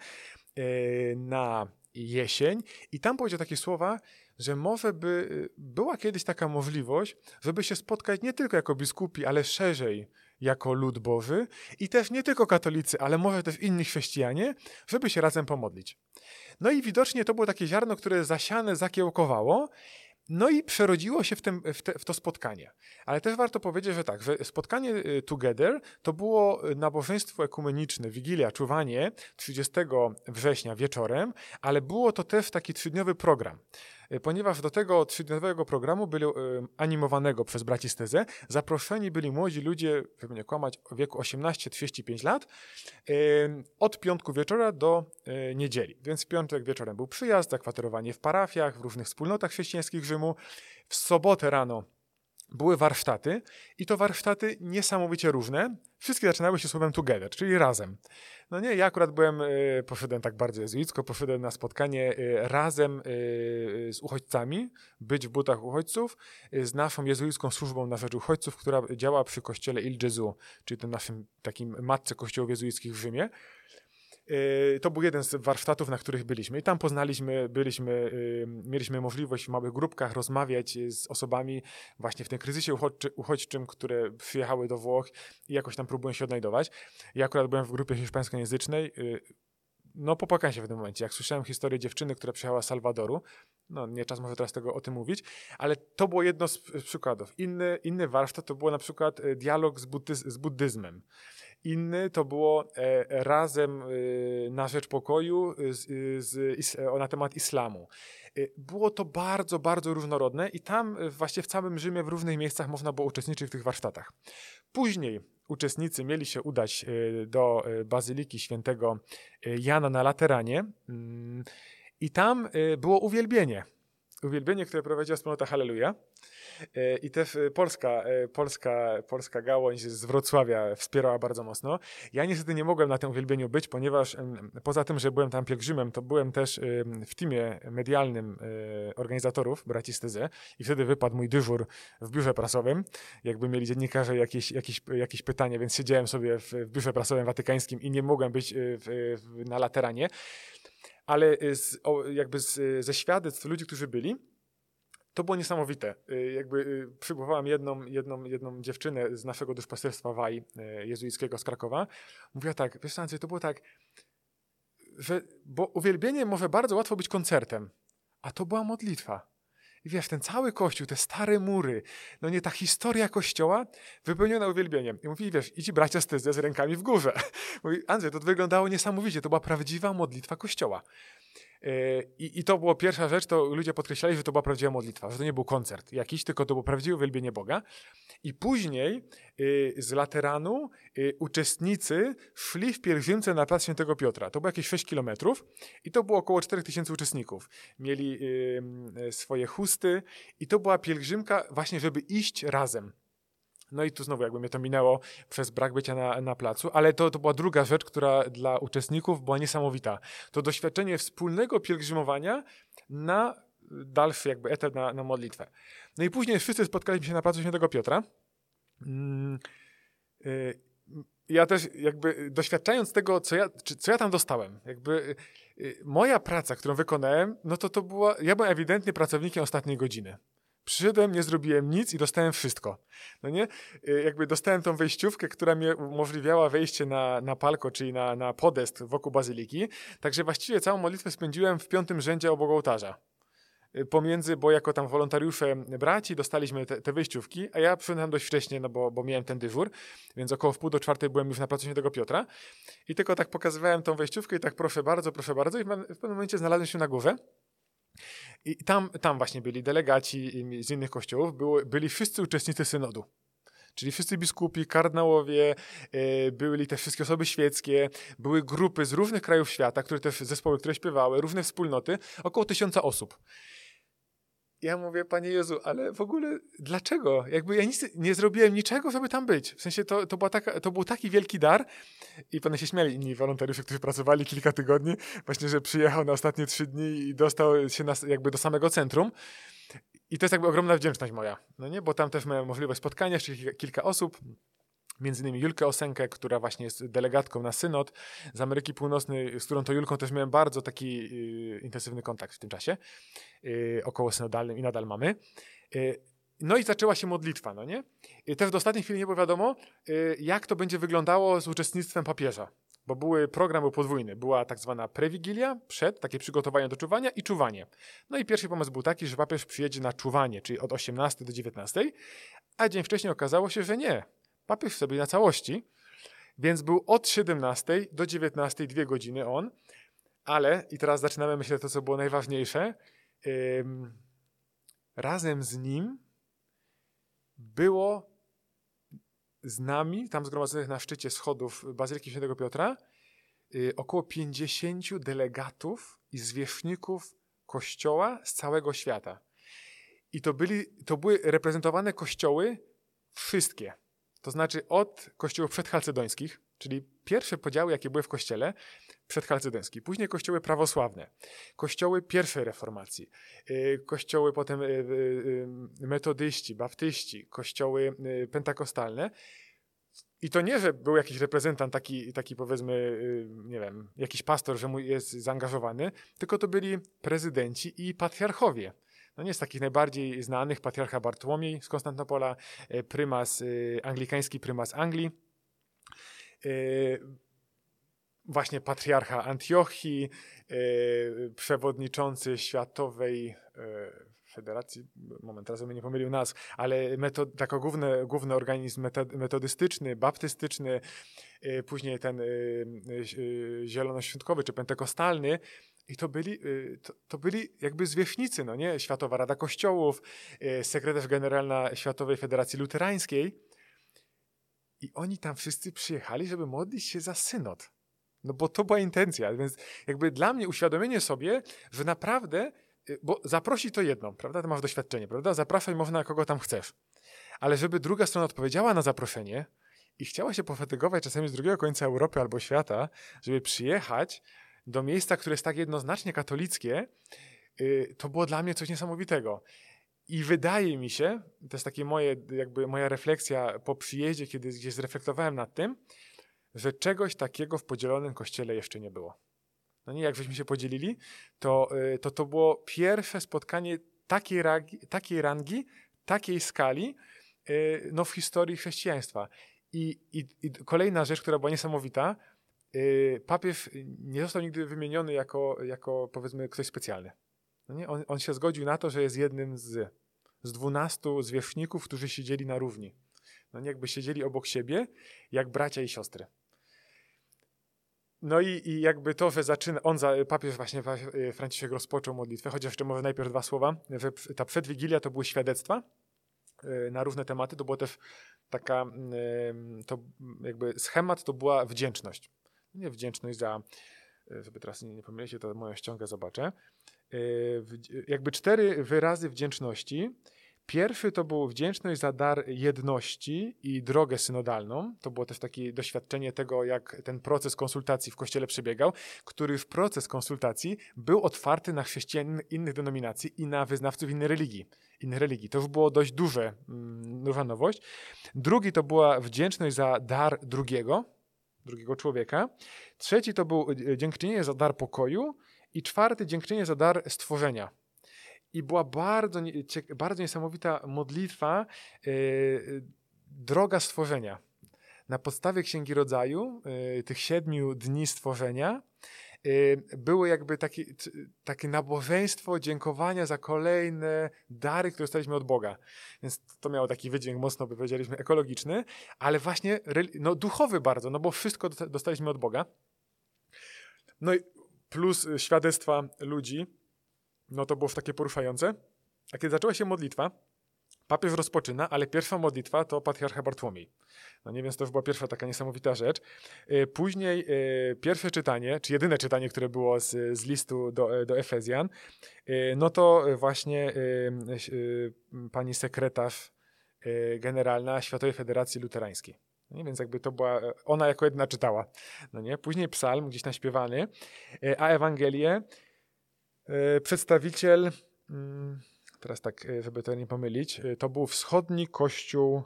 na jesień i tam powiedział takie słowa, że może by była kiedyś taka możliwość, żeby się spotkać nie tylko jako biskupi, ale szerzej jako lud Boży i też nie tylko katolicy, ale może też inni chrześcijanie, żeby się razem pomodlić. No i widocznie to było takie ziarno, które zasiane zakiełkowało, no i przerodziło się w to spotkanie. Ale też warto powiedzieć, że tak, że spotkanie Together to było nabożeństwo ekumeniczne, wigilia, czuwanie 30 września wieczorem, ale było to też taki 3-dniowy program. Ponieważ do tego 3-dniowego programu animowanego przez braci Stezę zaproszeni byli młodzi ludzie, żeby nie kłamać, w wieku 18-35 lat, od piątku wieczora do niedzieli. Więc w piątek wieczorem był przyjazd, zakwaterowanie w parafiach, w różnych wspólnotach chrześcijańskich Rzymu. W sobotę rano były warsztaty i to warsztaty niesamowicie różne. Wszystkie zaczynały się słowem together, czyli razem. No nie, ja akurat poszedłem tak bardzo jezuicko, poszedłem na spotkanie razem z uchodźcami, być w butach uchodźców, z naszą jezuicką służbą na rzecz uchodźców, która działa przy kościele Il Gesù, czyli tym naszym takim matce kościołów jezuickich w Rzymie. To był jeden z warsztatów, na których byliśmy. I tam mieliśmy możliwość w małych grupkach rozmawiać z osobami właśnie w tym kryzysie uchodźczym, które przyjechały do Włoch i jakoś tam próbują się odnajdować. Ja akurat byłem w grupie hiszpańskojęzycznej. No popłakałem się w tym momencie, jak słyszałem historię dziewczyny, która przyjechała z Salwadoru. No nie czas może teraz o tym mówić, ale to było jedno z przykładów. Inny warsztat to było na przykład dialog z buddyzmem. Inny to było razem na rzecz pokoju na temat islamu. Było to bardzo, bardzo różnorodne i tam właśnie w całym Rzymie w różnych miejscach można było uczestniczyć w tych warsztatach. Później uczestnicy mieli się udać do Bazyliki Świętego Jana na Lateranie i tam było uwielbienie. uwielbienie, które prowadziła wspólnota Halleluja. I też polska gałąź z Wrocławia wspierała bardzo mocno. Ja niestety nie mogłem na tym uwielbieniu być, ponieważ poza tym, że byłem tam pielgrzymem, to byłem też w teamie medialnym organizatorów, braci z TZ, i wtedy wypadł mój dyżur w biurze prasowym. Jakby mieli dziennikarze jakieś pytanie, więc siedziałem sobie w biurze prasowym watykańskim i nie mogłem być na Lateranie. Ale ze świadectw ludzi, którzy byli, to było niesamowite. Przywołałem jedną dziewczynę z naszego duszpasterstwa WAI jezuickiego z Krakowa. Mówiła tak, wiesz Andrzej, to było tak, bo uwielbienie może bardzo łatwo być koncertem, a to była modlitwa. I wiesz, ten cały kościół, te stare mury, no nie, ta historia kościoła wypełniona uwielbieniem. I mówi, wiesz, idź bracia z TZ z rękami w górze. Mówi, Andrzej, to wyglądało niesamowicie, to była prawdziwa modlitwa kościoła. I to była pierwsza rzecz, to ludzie podkreślali, że to była prawdziwa modlitwa, że to nie był koncert jakiś, tylko to było prawdziwe uwielbienie Boga. I później z Lateranu uczestnicy szli w pielgrzymce na plac Świętego Piotra. To było jakieś 6 kilometrów i to było około 4000 uczestników. Mieli swoje chusty i to była pielgrzymka właśnie, żeby iść razem. No i tu znowu jakby mnie to minęło przez brak bycia na placu, ale to była druga rzecz, która dla uczestników była niesamowita. To doświadczenie wspólnego pielgrzymowania na dalszy jakby etap na modlitwę. No i później wszyscy spotkaliśmy się na placu Świętego Piotra. Ja też jakby doświadczając tego, co ja tam dostałem, jakby moja praca, którą wykonałem, no to była, ja byłem ewidentnie pracownikiem ostatniej godziny. Przyszedłem, nie zrobiłem nic i dostałem wszystko. No nie? Jakby dostałem tą wejściówkę, która mi umożliwiała wejście na palko, czyli na podest wokół bazyliki. Także właściwie całą modlitwę spędziłem w 5. rzędzie obok ołtarza. Bo jako tam wolontariusze braci dostaliśmy te wejściówki, a ja przyszedłem dość wcześnie, no bo miałem ten dyżur, więc około 3:30 byłem już na placu Świętego Piotra i tylko tak pokazywałem tą wejściówkę i tak proszę bardzo i w pewnym momencie znalazłem się na górze. I tam właśnie byli delegaci z innych kościołów, byli wszyscy uczestnicy synodu. Czyli wszyscy biskupi, kardynałowie, byli też wszystkie osoby świeckie, były grupy z różnych krajów świata, zespoły, które śpiewały, różne wspólnoty, około 1000 osób. Ja mówię, Panie Jezu, ale w ogóle dlaczego? Jakby ja nie zrobiłem niczego, żeby tam być. W sensie to był taki wielki dar i potem się śmiali inni wolontariusze, którzy pracowali kilka tygodni, właśnie, że przyjechał na ostatnie 3 dni i dostał się jakby do samego centrum. I to jest jakby ogromna wdzięczność moja, no nie? Bo tam też miałem możliwość spotkania jeszcze kilka osób, między innymi Julkę Osenkę, która właśnie jest delegatką na synod z Ameryki Północnej, z którą to Julką też miałem bardzo taki intensywny kontakt w tym czasie, około synodalnym i nadal mamy. No i zaczęła się modlitwa, no nie? Też do ostatniej chwili nie było wiadomo, jak to będzie wyglądało z uczestnictwem papieża. Bo program był podwójny. Była tak zwana prewigilia, takie przygotowanie do czuwania i czuwanie. No i pierwszy pomysł był taki, że papież przyjedzie na czuwanie, czyli od 18 do 19, a dzień wcześniej okazało się, że nie. Papież sobie na całości, więc był od 17 do 19 2 godziny on, ale, i teraz zaczynamy myśleć to, co było najważniejsze, razem z nim było z nami, tam zgromadzonych na szczycie schodów Bazyliki Świętego Piotra, około 50 delegatów i zwierzchników Kościoła z całego świata. I to były reprezentowane kościoły wszystkie. To znaczy od kościołów przedchalcedońskich, czyli pierwsze podziały, jakie były w kościele przedchalcedoński, później kościoły prawosławne, kościoły pierwszej reformacji, kościoły potem metodyści, baptyści, kościoły pentakostalne. I to nie, że był jakiś reprezentant taki powiedzmy, nie wiem, jakiś pastor, że mu jest zaangażowany, tylko to byli prezydenci i patriarchowie. No nie z takich najbardziej znanych, patriarcha Bartłomiej z Konstantynopola, anglikański prymas Anglii, właśnie patriarcha Antiochii, przewodniczący Światowej Federacji, teraz bym nie pomylił nazw, ale jako główny organizm metodystyczny, baptystyczny, później ten zielonoświątkowy czy pentekostalny. I to byli jakby zwierzchnicy, no nie? Światowa Rada Kościołów, sekretarz generalna Światowej Federacji Luterańskiej. I oni tam wszyscy przyjechali, żeby modlić się za synod. No bo to była intencja. Więc jakby dla mnie uświadomienie sobie, że naprawdę bo zaprosić to jedno, prawda? To masz doświadczenie, prawda? Zapraszaj można kogo tam chcesz. Ale żeby druga strona odpowiedziała na zaproszenie i chciała się pofatygować czasami z drugiego końca Europy albo świata, żeby przyjechać do miejsca, które jest tak jednoznacznie katolickie, to było dla mnie coś niesamowitego. I wydaje mi się, to jest takie moja refleksja po przyjeździe, kiedy gdzieś zreflektowałem nad tym, że czegoś takiego w podzielonym kościele jeszcze nie było. No nie, jak żeśmy się podzielili, to było pierwsze spotkanie takiej rangi, takiej skali w historii chrześcijaństwa. I kolejna rzecz, która była niesamowita, papież nie został nigdy wymieniony jako powiedzmy ktoś specjalny. No nie? On się zgodził na to, że jest jednym z 12 zwierzchników, którzy siedzieli na równi. No nie, jakby siedzieli obok siebie, jak bracia i siostry. No i jakby to, że papież właśnie Franciszek rozpoczął modlitwę, chociaż jeszcze może najpierw 2 słowa, że ta przedwigilia to były świadectwa na różne tematy, to była też to jakby schemat to była wdzięczność. Nie wdzięczność za, żeby teraz nie pomylić, to moją ściągę zobaczę. Jakby 4 wyrazy wdzięczności. Pierwszy to był wdzięczność za dar jedności i drogę synodalną. To było też takie doświadczenie tego, jak ten proces konsultacji w Kościele przebiegał, który w proces konsultacji był otwarty na chrześcijan innych denominacji i na wyznawców innych religii. To już było dość duża nowość. Drugi to była wdzięczność za dar drugiego człowieka. Trzeci to był dziękczynienie za dar pokoju i 4 dziękczynienie za dar stworzenia. I była bardzo niesamowita modlitwa droga stworzenia. Na podstawie Księgi Rodzaju, tych 7 dni stworzenia, było jakby takie nabożeństwo dziękowania za kolejne dary, które dostaliśmy od Boga. Więc to miało taki wydźwięk mocno, by powiedzieliśmy, ekologiczny, ale właśnie duchowy bardzo, no bo wszystko dostaliśmy od Boga. No i plus świadectwa ludzi, no to było takie poruszające. A kiedy zaczęła się modlitwa, papież rozpoczyna, ale pierwsza modlitwa to patriarcha Bartłomiej. No nie, więc to już była pierwsza taka niesamowita rzecz. Później pierwsze czytanie, czy jedyne czytanie, które było z listu do Efezjan, no to właśnie pani sekretarz generalna Światowej Federacji Luterańskiej. No nie, więc jakby to była, ona jako jedna czytała. No nie? Później psalm gdzieś naśpiewany, a Ewangelię przedstawiciel, teraz tak, żeby to nie pomylić, to był wschodni kościół,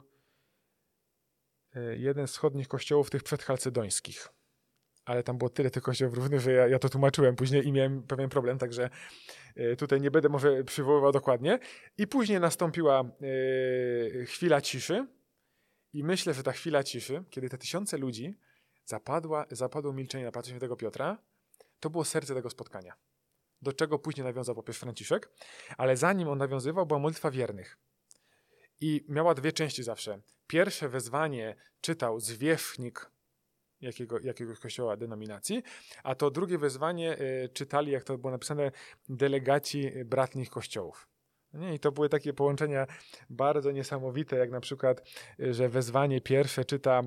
jeden z wschodnich kościołów tych przedchalcedońskich. Ale tam było tyle tych kościołów równych, że ja to tłumaczyłem później i miałem pewien problem, także tutaj nie będę może przywoływał dokładnie. I później nastąpiła chwila ciszy i myślę, że ta chwila ciszy, kiedy te 1000 ludzi zapadło milczenie na Placu Świętego Piotra, to było serce tego spotkania. Do czego później nawiązał papież Franciszek, ale zanim on nawiązywał, była modlitwa wiernych. I miała 2 części zawsze. Pierwsze wezwanie czytał zwierzchnik jakiegoś kościoła denominacji, a to drugie wezwanie czytali, jak to było napisane, delegaci bratnich kościołów. I to były takie połączenia bardzo niesamowite, jak na przykład, że wezwanie pierwsze czyta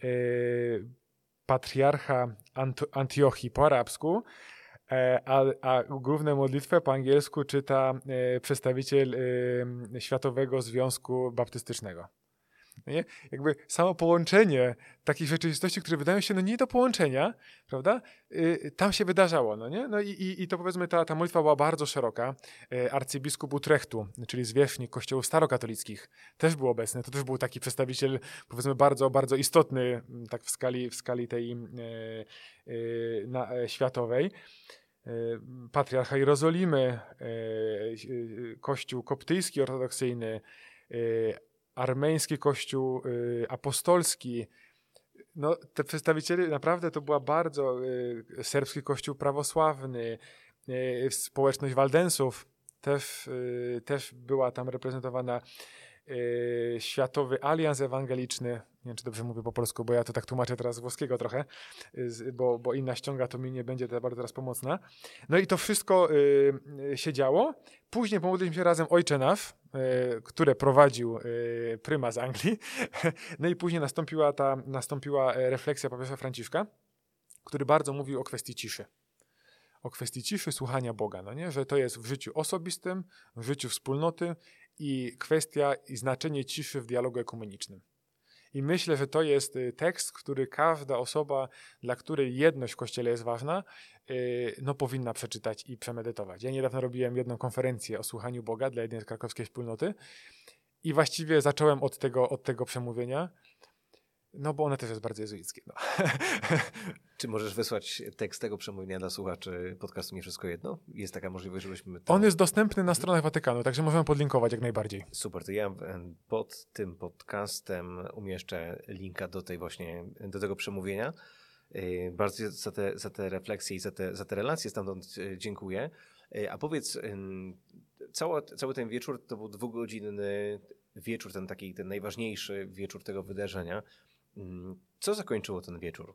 patriarcha Antiochii po arabsku, a główną modlitwę po angielsku czyta przedstawiciel Światowego Związku Baptystycznego. Nie? Jakby samo połączenie takich rzeczywistości, które wydają się nie do połączenia, prawda? Tam się wydarzało. No nie? No i to powiedzmy ta modlitwa była bardzo szeroka. Arcybiskup Utrechtu, czyli zwierzchnik kościołów starokatolickich, też był obecny. To też był taki przedstawiciel, powiedzmy, bardzo, bardzo istotny tak w skali tej światowej. Patriarcha Jerozolimy, kościół koptyjski ortodoksyjny, armeński kościół apostolski. No, te przedstawiciele naprawdę to była bardzo serbski kościół prawosławny, społeczność Waldensów też była tam reprezentowana, Światowy Alians Ewangeliczny. Nie wiem, czy dobrze mówię po polsku, bo ja to tak tłumaczę teraz z włoskiego trochę, bo inna ściąga to mi nie będzie bardzo teraz pomocna. No i to wszystko się działo. Później pomodliliśmy się razem Ojcze Nasz, które prowadził prymas Anglii. No i później nastąpiła refleksja papieża Franciszka, który bardzo mówił o kwestii ciszy. o kwestii ciszy, słuchania Boga, no nie? Że to jest w życiu osobistym, w życiu wspólnoty i kwestia i znaczenie ciszy w dialogu ekumenicznym. I myślę, że to jest tekst, który każda osoba, dla której jedność w Kościele jest ważna, no powinna przeczytać i przemedytować. Ja niedawno robiłem jedną konferencję o słuchaniu Boga dla jednej z krakowskiej wspólnoty i właściwie zacząłem od tego przemówienia, no bo ono też jest bardzo jezuickie. No. Czy możesz wysłać tekst tego przemówienia dla słuchaczy podcastu Nie Wszystko Jedno? Jest taka możliwość, żebyśmy to... On jest dostępny na stronach Watykanu, także możemy podlinkować jak najbardziej. Super, to ja pod tym podcastem umieszczę linka do tego przemówienia. Bardzo za te refleksje i za te relacje stamtąd dziękuję. A powiedz, cały ten wieczór to był 2-godzinny wieczór, ten najważniejszy wieczór tego wydarzenia. Co zakończyło ten wieczór?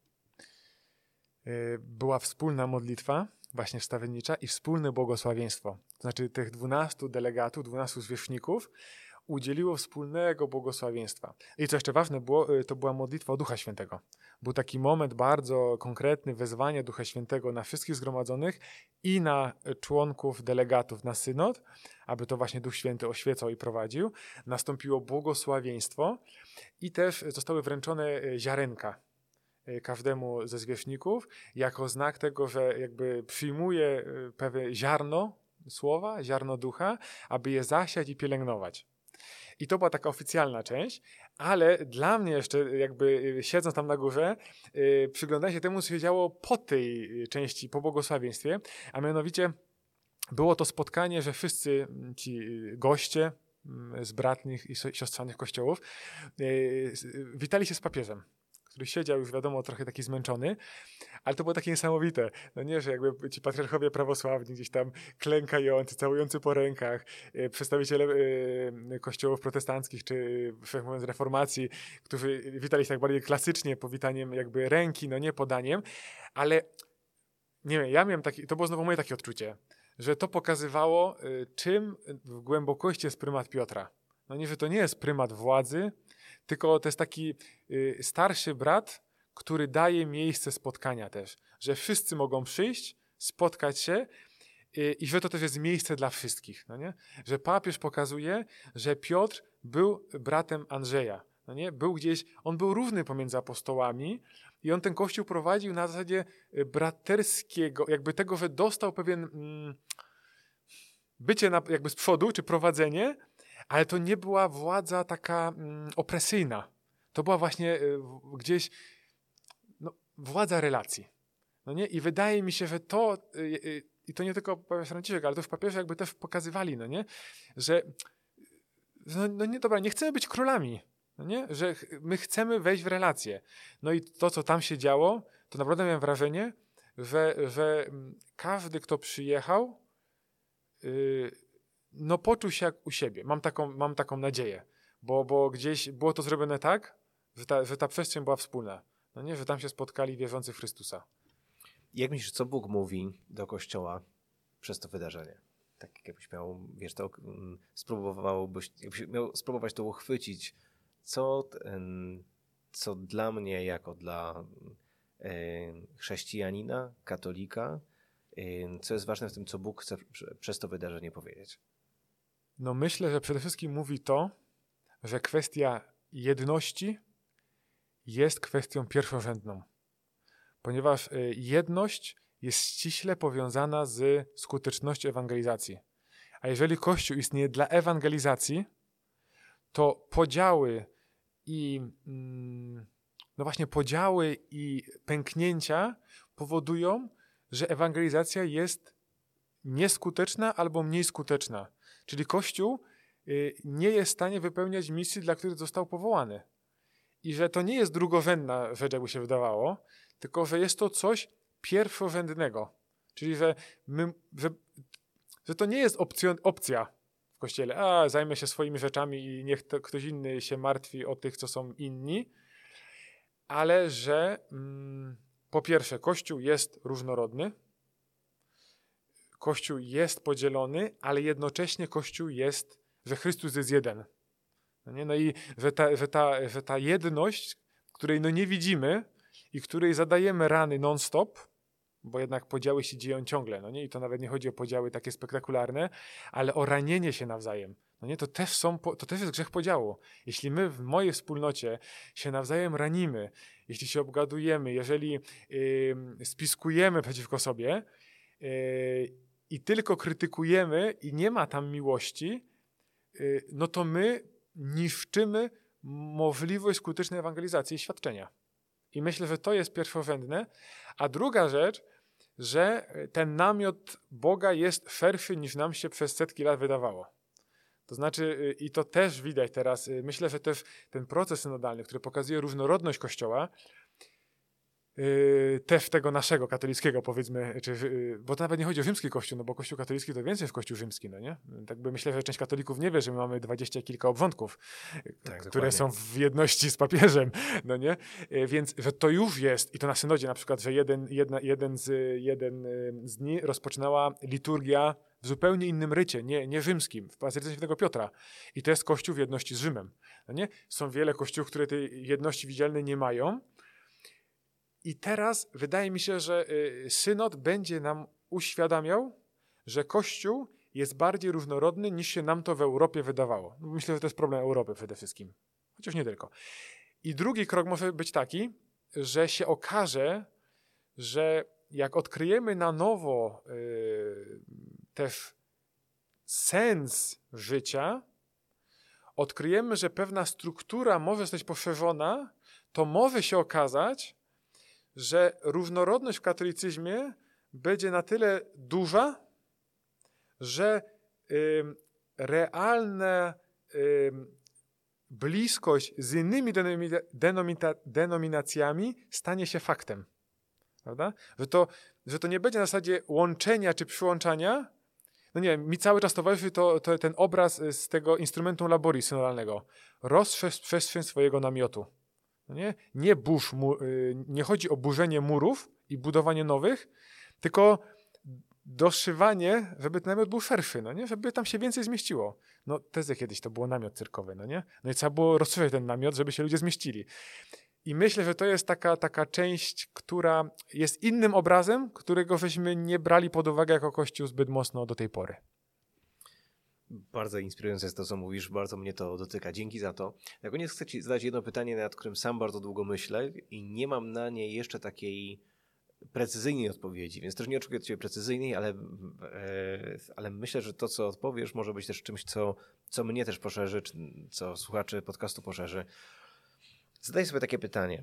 Była wspólna modlitwa, właśnie wstawiennicza i wspólne błogosławieństwo. To znaczy tych 12 delegatów, 12 zwierzchników udzieliło wspólnego błogosławieństwa. I co jeszcze ważne było, to była modlitwa o Ducha Świętego. Był taki moment bardzo konkretny, wezwania Ducha Świętego na wszystkich zgromadzonych i na członków delegatów na synod, aby to właśnie Duch Święty oświecał i prowadził. Nastąpiło błogosławieństwo i też zostały wręczone ziarenka każdemu ze zwierzchników jako znak tego, że jakby przyjmuje pewne ziarno słowa, ziarno ducha, aby je zasiać i pielęgnować. I to była taka oficjalna część, ale dla mnie jeszcze jakby siedząc tam na górze, przyglądałem się temu, co się działo po tej części, po błogosławieństwie, a mianowicie było to spotkanie, że wszyscy ci goście z bratnich i siostrzanych kościołów witali się z papieżem, który siedział już wiadomo trochę taki zmęczony, ale to było takie niesamowite. No nie, że jakby ci patriarchowie prawosławni gdzieś tam klękający, całujący po rękach, przedstawiciele kościołów protestanckich czy mówiąc reformacji, którzy witali się tak bardziej klasycznie powitaniem jakby ręki, no nie podaniem, ale nie wiem, ja miałem to było znowu moje takie odczucie, że to pokazywało, czym w głębokości jest prymat Piotra. No nie, że to nie jest prymat władzy, tylko to jest taki starszy brat, który daje miejsce spotkania też. Że wszyscy mogą przyjść, spotkać się i że to też jest miejsce dla wszystkich. No nie? Że papież pokazuje, że Piotr był bratem Andrzeja. No nie? On był równy pomiędzy apostołami i on ten kościół prowadził na zasadzie braterskiego, jakby tego, że dostał pewien bycie jakby z przodu, czy prowadzenie, ale to nie była władza taka opresyjna. To była właśnie gdzieś władza relacji. No nie? I wydaje mi się, że to, i to nie tylko papież Franciszek, ale to w papieże jakby też pokazywali, no nie? Że nie chcemy być królami, no nie? Że my chcemy wejść w relacje. No i to, co tam się działo, to naprawdę miałem wrażenie, że każdy, kto przyjechał, poczuł się jak u siebie. Mam taką nadzieję, bo gdzieś było to zrobione tak, że ta przestrzeń była wspólna. No nie, że tam się spotkali wierzący w Chrystusa. Jak myślisz, co Bóg mówi do Kościoła przez to wydarzenie? Tak jakbyś miał, jakbyś miał spróbować to uchwycić, co dla mnie, jako dla chrześcijanina, katolika, co jest ważne w tym, co Bóg chce przez to wydarzenie powiedzieć? No myślę, że przede wszystkim mówi to, że kwestia jedności jest kwestią pierwszorzędną, ponieważ jedność jest ściśle powiązana z skutecznością ewangelizacji. A jeżeli Kościół istnieje dla ewangelizacji, to podziały i pęknięcia powodują, że ewangelizacja jest nieskuteczna albo mniej skuteczna. Czyli Kościół nie jest w stanie wypełniać misji, dla której został powołany. I że to nie jest drugorzędna rzecz, jakby się wydawało, tylko że jest to coś pierwszorzędnego. Czyli że to nie jest opcja w Kościele. Zajmę się swoimi rzeczami i niech ktoś inny się martwi o tych, co są inni. Ale że po pierwsze Kościół jest różnorodny, Kościół jest podzielony, ale jednocześnie Kościół że Chrystus jest jeden. No i że ta jedność, której nie widzimy i której zadajemy rany non-stop, bo jednak podziały się dzieją ciągle, no nie? I to nawet nie chodzi o podziały takie spektakularne, ale o ranienie się nawzajem. No nie? To też jest grzech podziału. Jeśli my w mojej wspólnocie się nawzajem ranimy, jeśli się obgadujemy, jeżeli spiskujemy przeciwko sobie i tylko krytykujemy i nie ma tam miłości, no to my niszczymy możliwość skutecznej ewangelizacji i świadczenia. I myślę, że to jest pierwszorzędne. A druga rzecz, że ten namiot Boga jest szerszy niż nam się przez setki lat wydawało. To znaczy, i to też widać teraz, myślę, że też ten proces synodalny, który pokazuje różnorodność Kościoła, też tego naszego katolickiego, powiedzmy, bo to nawet nie chodzi o rzymski Kościół, no bo Kościół katolicki to więcej niż Kościół rzymski, no nie? Tak by myślę, że część katolików nie wie, że my mamy 20 kilka obwątków, Tak, które są w jedności z papieżem, no nie? Więc, że to już jest, i to na synodzie na przykład, że jeden z dni rozpoczynała liturgia w zupełnie innym rycie, nie rzymskim, w Bazylice Świętego Piotra. I to jest Kościół w jedności z Rzymem, no nie? Są wiele kościołów, które tej jedności widzialnej nie mają. I teraz wydaje mi się, że synod będzie nam uświadamiał, że Kościół jest bardziej różnorodny, niż się nam to w Europie wydawało. Myślę, że to jest problem Europy przede wszystkim, chociaż nie tylko. I drugi krok może być taki, że się okaże, że jak odkryjemy na nowo też sens życia, odkryjemy, że pewna struktura może zostać poszerzona, to może się okazać, że różnorodność w katolicyzmie będzie na tyle duża, że realna bliskość z innymi denominacjami stanie się faktem. Prawda? Że to nie będzie na zasadzie łączenia czy przyłączania. No nie, mi cały czas towarzyszy ten obraz z tego instrumentu laboris synodalnego. Rozszerz przestrzeń swojego namiotu. No nie chodzi o burzenie murów i budowanie nowych, tylko doszywanie, żeby ten namiot był szerszy, no nie? Żeby tam się więcej zmieściło. No tezy kiedyś to było namiot cyrkowy, no nie? No i trzeba było rozszerzyć ten namiot, żeby się ludzie zmieścili. I myślę, że to jest taka część, która jest innym obrazem, którego żeśmy nie brali pod uwagę jako Kościół zbyt mocno do tej pory. Bardzo inspirujące jest to, co mówisz, bardzo mnie to dotyka. Dzięki za to. Na koniec chcę Ci zadać jedno pytanie, nad którym sam bardzo długo myślę i nie mam na nie jeszcze takiej precyzyjnej odpowiedzi, więc też nie oczekuję od Ciebie precyzyjnej, ale myślę, że to, co odpowiesz, może być też czymś, co mnie też poszerzy, co słuchaczy podcastu poszerzy. Zadaj sobie takie pytanie.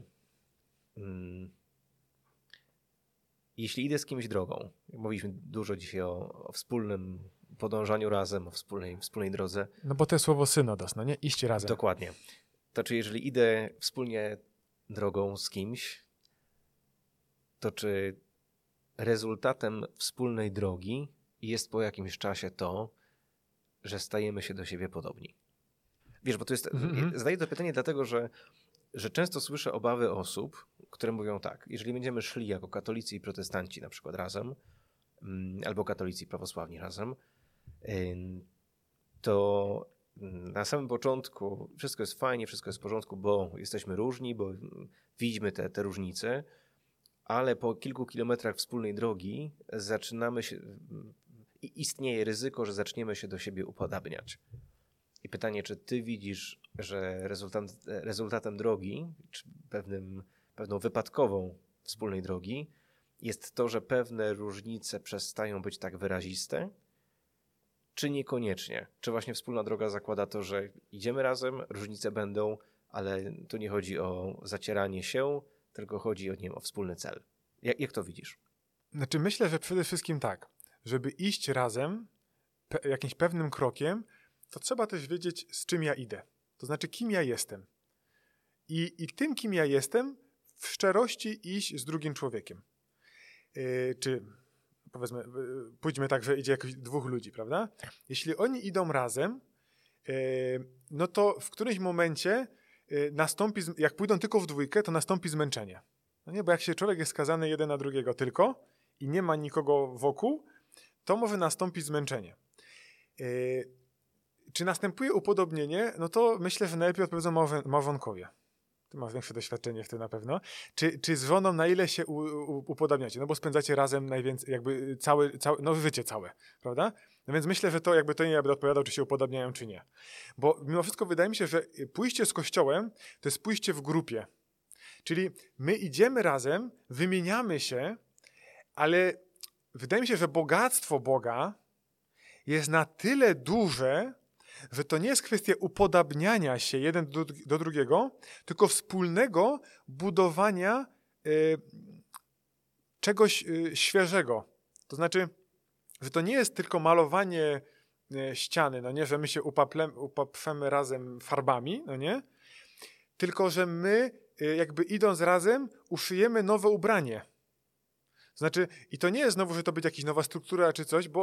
Jeśli idę z kimś drogą, mówiliśmy dużo dzisiaj o wspólnym podążaniu razem, o wspólnej drodze. No bo to jest słowo synodos, no nie? Iść razem. Dokładnie. To czy jeżeli idę wspólnie drogą z kimś, to czy rezultatem wspólnej drogi jest po jakimś czasie to, że stajemy się do siebie podobni? Wiesz, bo to jest... Zadaję to pytanie dlatego, że często słyszę obawy osób, które mówią tak, jeżeli będziemy szli jako katolicy i protestanci na przykład razem, albo katolicy i prawosławni razem, to na samym początku wszystko jest fajnie, wszystko jest w porządku, bo jesteśmy różni, bo widzimy te różnice, ale po kilku kilometrach wspólnej drogi istnieje ryzyko, że zaczniemy się do siebie upodabniać. I pytanie, czy ty widzisz, że rezultatem drogi, czy pewną wypadkową wspólnej drogi jest to, że pewne różnice przestają być tak wyraziste, czy niekoniecznie? Czy właśnie wspólna droga zakłada to, że idziemy razem, różnice będą, ale tu nie chodzi o zacieranie się, tylko chodzi o wspólny cel. Jak to widzisz? Znaczy myślę, że przede wszystkim tak, żeby iść razem jakimś pewnym krokiem, to trzeba też wiedzieć, z czym ja idę. To znaczy, kim ja jestem. I tym, kim ja jestem, w szczerości iść z drugim człowiekiem. Czy powiedzmy, pójdźmy tak, że idzie jakoś dwóch ludzi, prawda? Jeśli oni idą razem, no to w którymś momencie nastąpi, jak pójdą tylko w dwójkę, to nastąpi zmęczenie. No nie, bo jak się człowiek jest skazany jeden na drugiego tylko i nie ma nikogo wokół, to może nastąpić zmęczenie. Czy następuje upodobnienie? No to myślę, że najlepiej odpowiedzą małżonkowie. ty masz większe doświadczenie w tym na pewno, czy z żoną na ile się upodabniacie? No bo spędzacie razem najwięcej, jakby no życie całe, prawda? No więc myślę, że to jakby to nie ja będę odpowiadał, czy się upodabniają, czy nie. Bo mimo wszystko wydaje mi się, że pójście z Kościołem to jest pójście w grupie. Czyli my idziemy razem, wymieniamy się, ale wydaje mi się, że bogactwo Boga jest na tyle duże, że to nie jest kwestia upodabniania się jeden do drugiego, tylko wspólnego budowania czegoś świeżego. To znaczy, że to nie jest tylko malowanie ściany, no nie, że my się upaprzemy razem farbami, no nie, tylko że my jakby idąc razem uszyjemy nowe ubranie. To znaczy, i to nie jest znowu, że to będzie jakaś nowa struktura czy coś,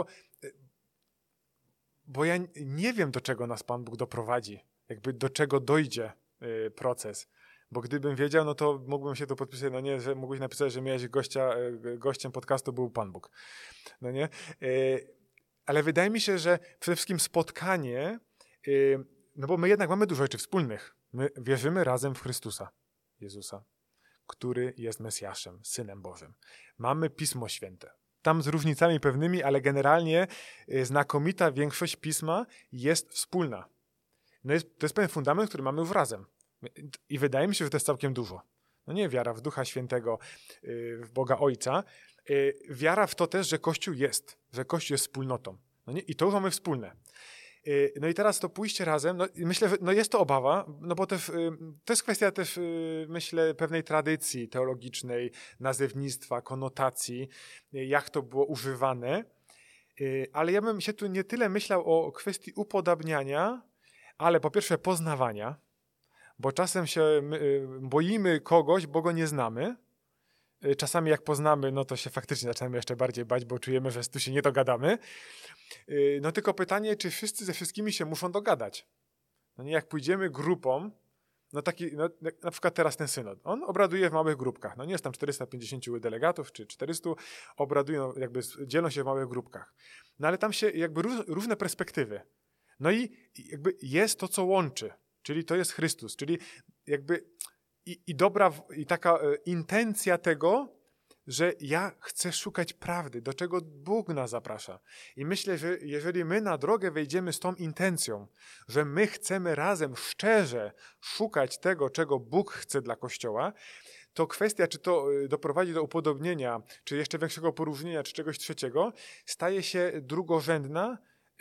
bo ja nie wiem, do czego nas Pan Bóg doprowadzi, jakby do czego dojdzie proces. Bo gdybym wiedział, no to mógłbym się to podpisać, no nie, że mógłbyś napisać, że miałeś gościem podcastu był Pan Bóg. No nie? Ale wydaje mi się, że przede wszystkim spotkanie, no bo my jednak mamy dużo rzeczy wspólnych. My wierzymy razem w Chrystusa, Jezusa, który jest Mesjaszem, Synem Bożym. Mamy Pismo Święte. Tam z różnicami pewnymi, ale generalnie znakomita większość Pisma jest wspólna. No to jest pewien fundament, który mamy już razem. I wydaje mi się, że to jest całkiem dużo. No nie wiara w Ducha Świętego, w Boga Ojca. Wiara w to też, że Kościół jest wspólnotą. No nie? I to już mamy wspólne. No i teraz to pójście razem, no myślę, że no jest to obawa, no bo też, to jest kwestia też, myślę, pewnej tradycji teologicznej, nazewnictwa, konotacji, jak to było używane, ale ja bym się tu nie tyle myślał o kwestii upodabniania, ale po pierwsze poznawania, bo czasem się boimy kogoś, bo go nie znamy. Czasami jak poznamy, no to się faktycznie zaczynamy jeszcze bardziej bać, bo czujemy, że tu się nie dogadamy. No tylko pytanie, czy wszyscy ze wszystkimi się muszą dogadać? No nie, jak pójdziemy grupą, no taki, no, na przykład teraz ten synod, on obraduje w małych grupkach. No nie jest tam 450 delegatów czy 400, obradują, jakby dzielą się w małych grupkach. No ale tam się jakby różne perspektywy. No i jakby jest to, co łączy, czyli to jest Chrystus, czyli jakby i dobra, i taka intencja tego, że ja chcę szukać prawdy, do czego Bóg nas zaprasza. I myślę, że jeżeli my na drogę wejdziemy z tą intencją, że my chcemy razem szczerze szukać tego, czego Bóg chce dla Kościoła, to kwestia, czy to doprowadzi do upodobnienia, czy jeszcze większego poróżnienia, czy czegoś trzeciego, staje się drugorzędna,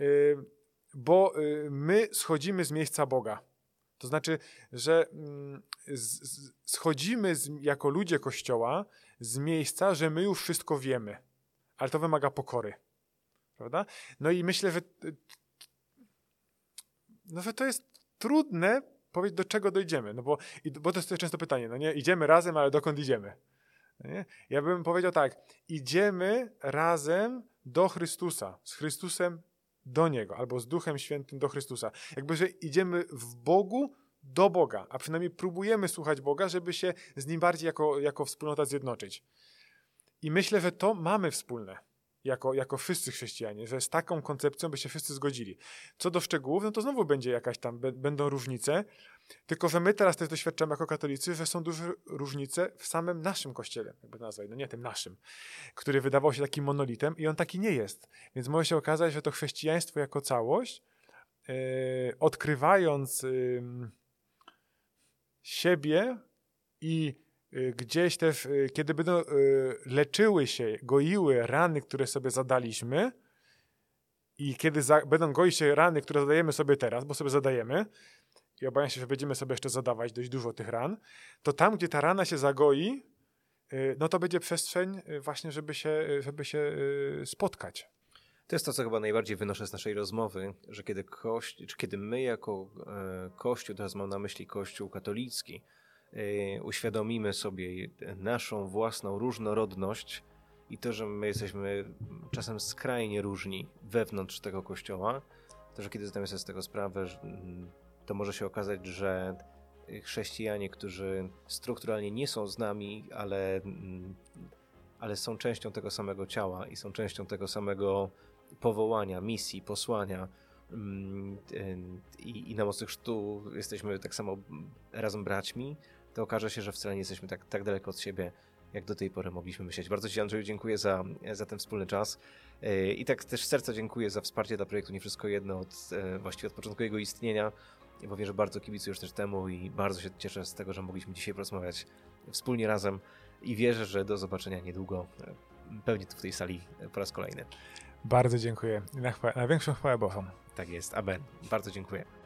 bo my schodzimy z miejsca Boga. To znaczy, że schodzimy jako ludzie Kościoła z miejsca, że my już wszystko wiemy. Ale to wymaga pokory. Prawda? No i myślę, że to jest trudne powiedzieć, do czego dojdziemy. No bo to jest często pytanie, no nie? Idziemy razem, ale dokąd idziemy? No nie? Ja bym powiedział tak, idziemy razem do Chrystusa, z Chrystusem do Niego, albo z Duchem Świętym do Chrystusa. Jakby, że idziemy w Bogu do Boga, a przynajmniej próbujemy słuchać Boga, żeby się z Nim bardziej jako wspólnota zjednoczyć. I myślę, że to mamy wspólne, jako wszyscy chrześcijanie, że z taką koncepcją by się wszyscy zgodzili. Co do szczegółów, no to znowu będzie jakaś tam, będą różnice, tylko że my teraz też doświadczamy jako katolicy, że są duże różnice w samym naszym kościele, jakby nazwać, no nie tym naszym, który wydawał się takim monolitem i on taki nie jest. Więc może się okazać, że to chrześcijaństwo jako całość, odkrywając siebie i gdzieś też, kiedy będą leczyły się, goiły rany, które sobie zadaliśmy i kiedy będą goić się rany, które zadajemy sobie teraz, bo sobie zadajemy i obawiam się, że będziemy sobie jeszcze zadawać dość dużo tych ran, to tam, gdzie ta rana się zagoi, no to będzie przestrzeń właśnie, żeby się spotkać. To jest to, co chyba najbardziej wynoszę z naszej rozmowy, że kiedy my jako Kościół, teraz mam na myśli Kościół katolicki, uświadomimy sobie naszą własną różnorodność i to, że my jesteśmy czasem skrajnie różni wewnątrz tego Kościoła, to, że kiedy zdamy sobie z tego sprawę, to może się okazać, że chrześcijanie, którzy strukturalnie nie są z nami, ale są częścią tego samego ciała i są częścią tego samego powołania, misji, posłania i na mocy chrztu jesteśmy tak samo razem braćmi, to okaże się, że wcale nie jesteśmy tak daleko od siebie, jak do tej pory mogliśmy myśleć. Bardzo Ci, Andrzeju, dziękuję za ten wspólny czas i tak też z serca dziękuję za wsparcie dla projektu Nie Wszystko Jedno właściwie od początku jego istnienia, bo wiem, że bardzo kibicujesz też temu i bardzo się cieszę z tego, że mogliśmy dzisiaj porozmawiać wspólnie razem i wierzę, że do zobaczenia niedługo, pewnie tu w tej sali po raz kolejny. Bardzo dziękuję. Największą chwałę Bogu. Tak jest, amen. Bardzo dziękuję.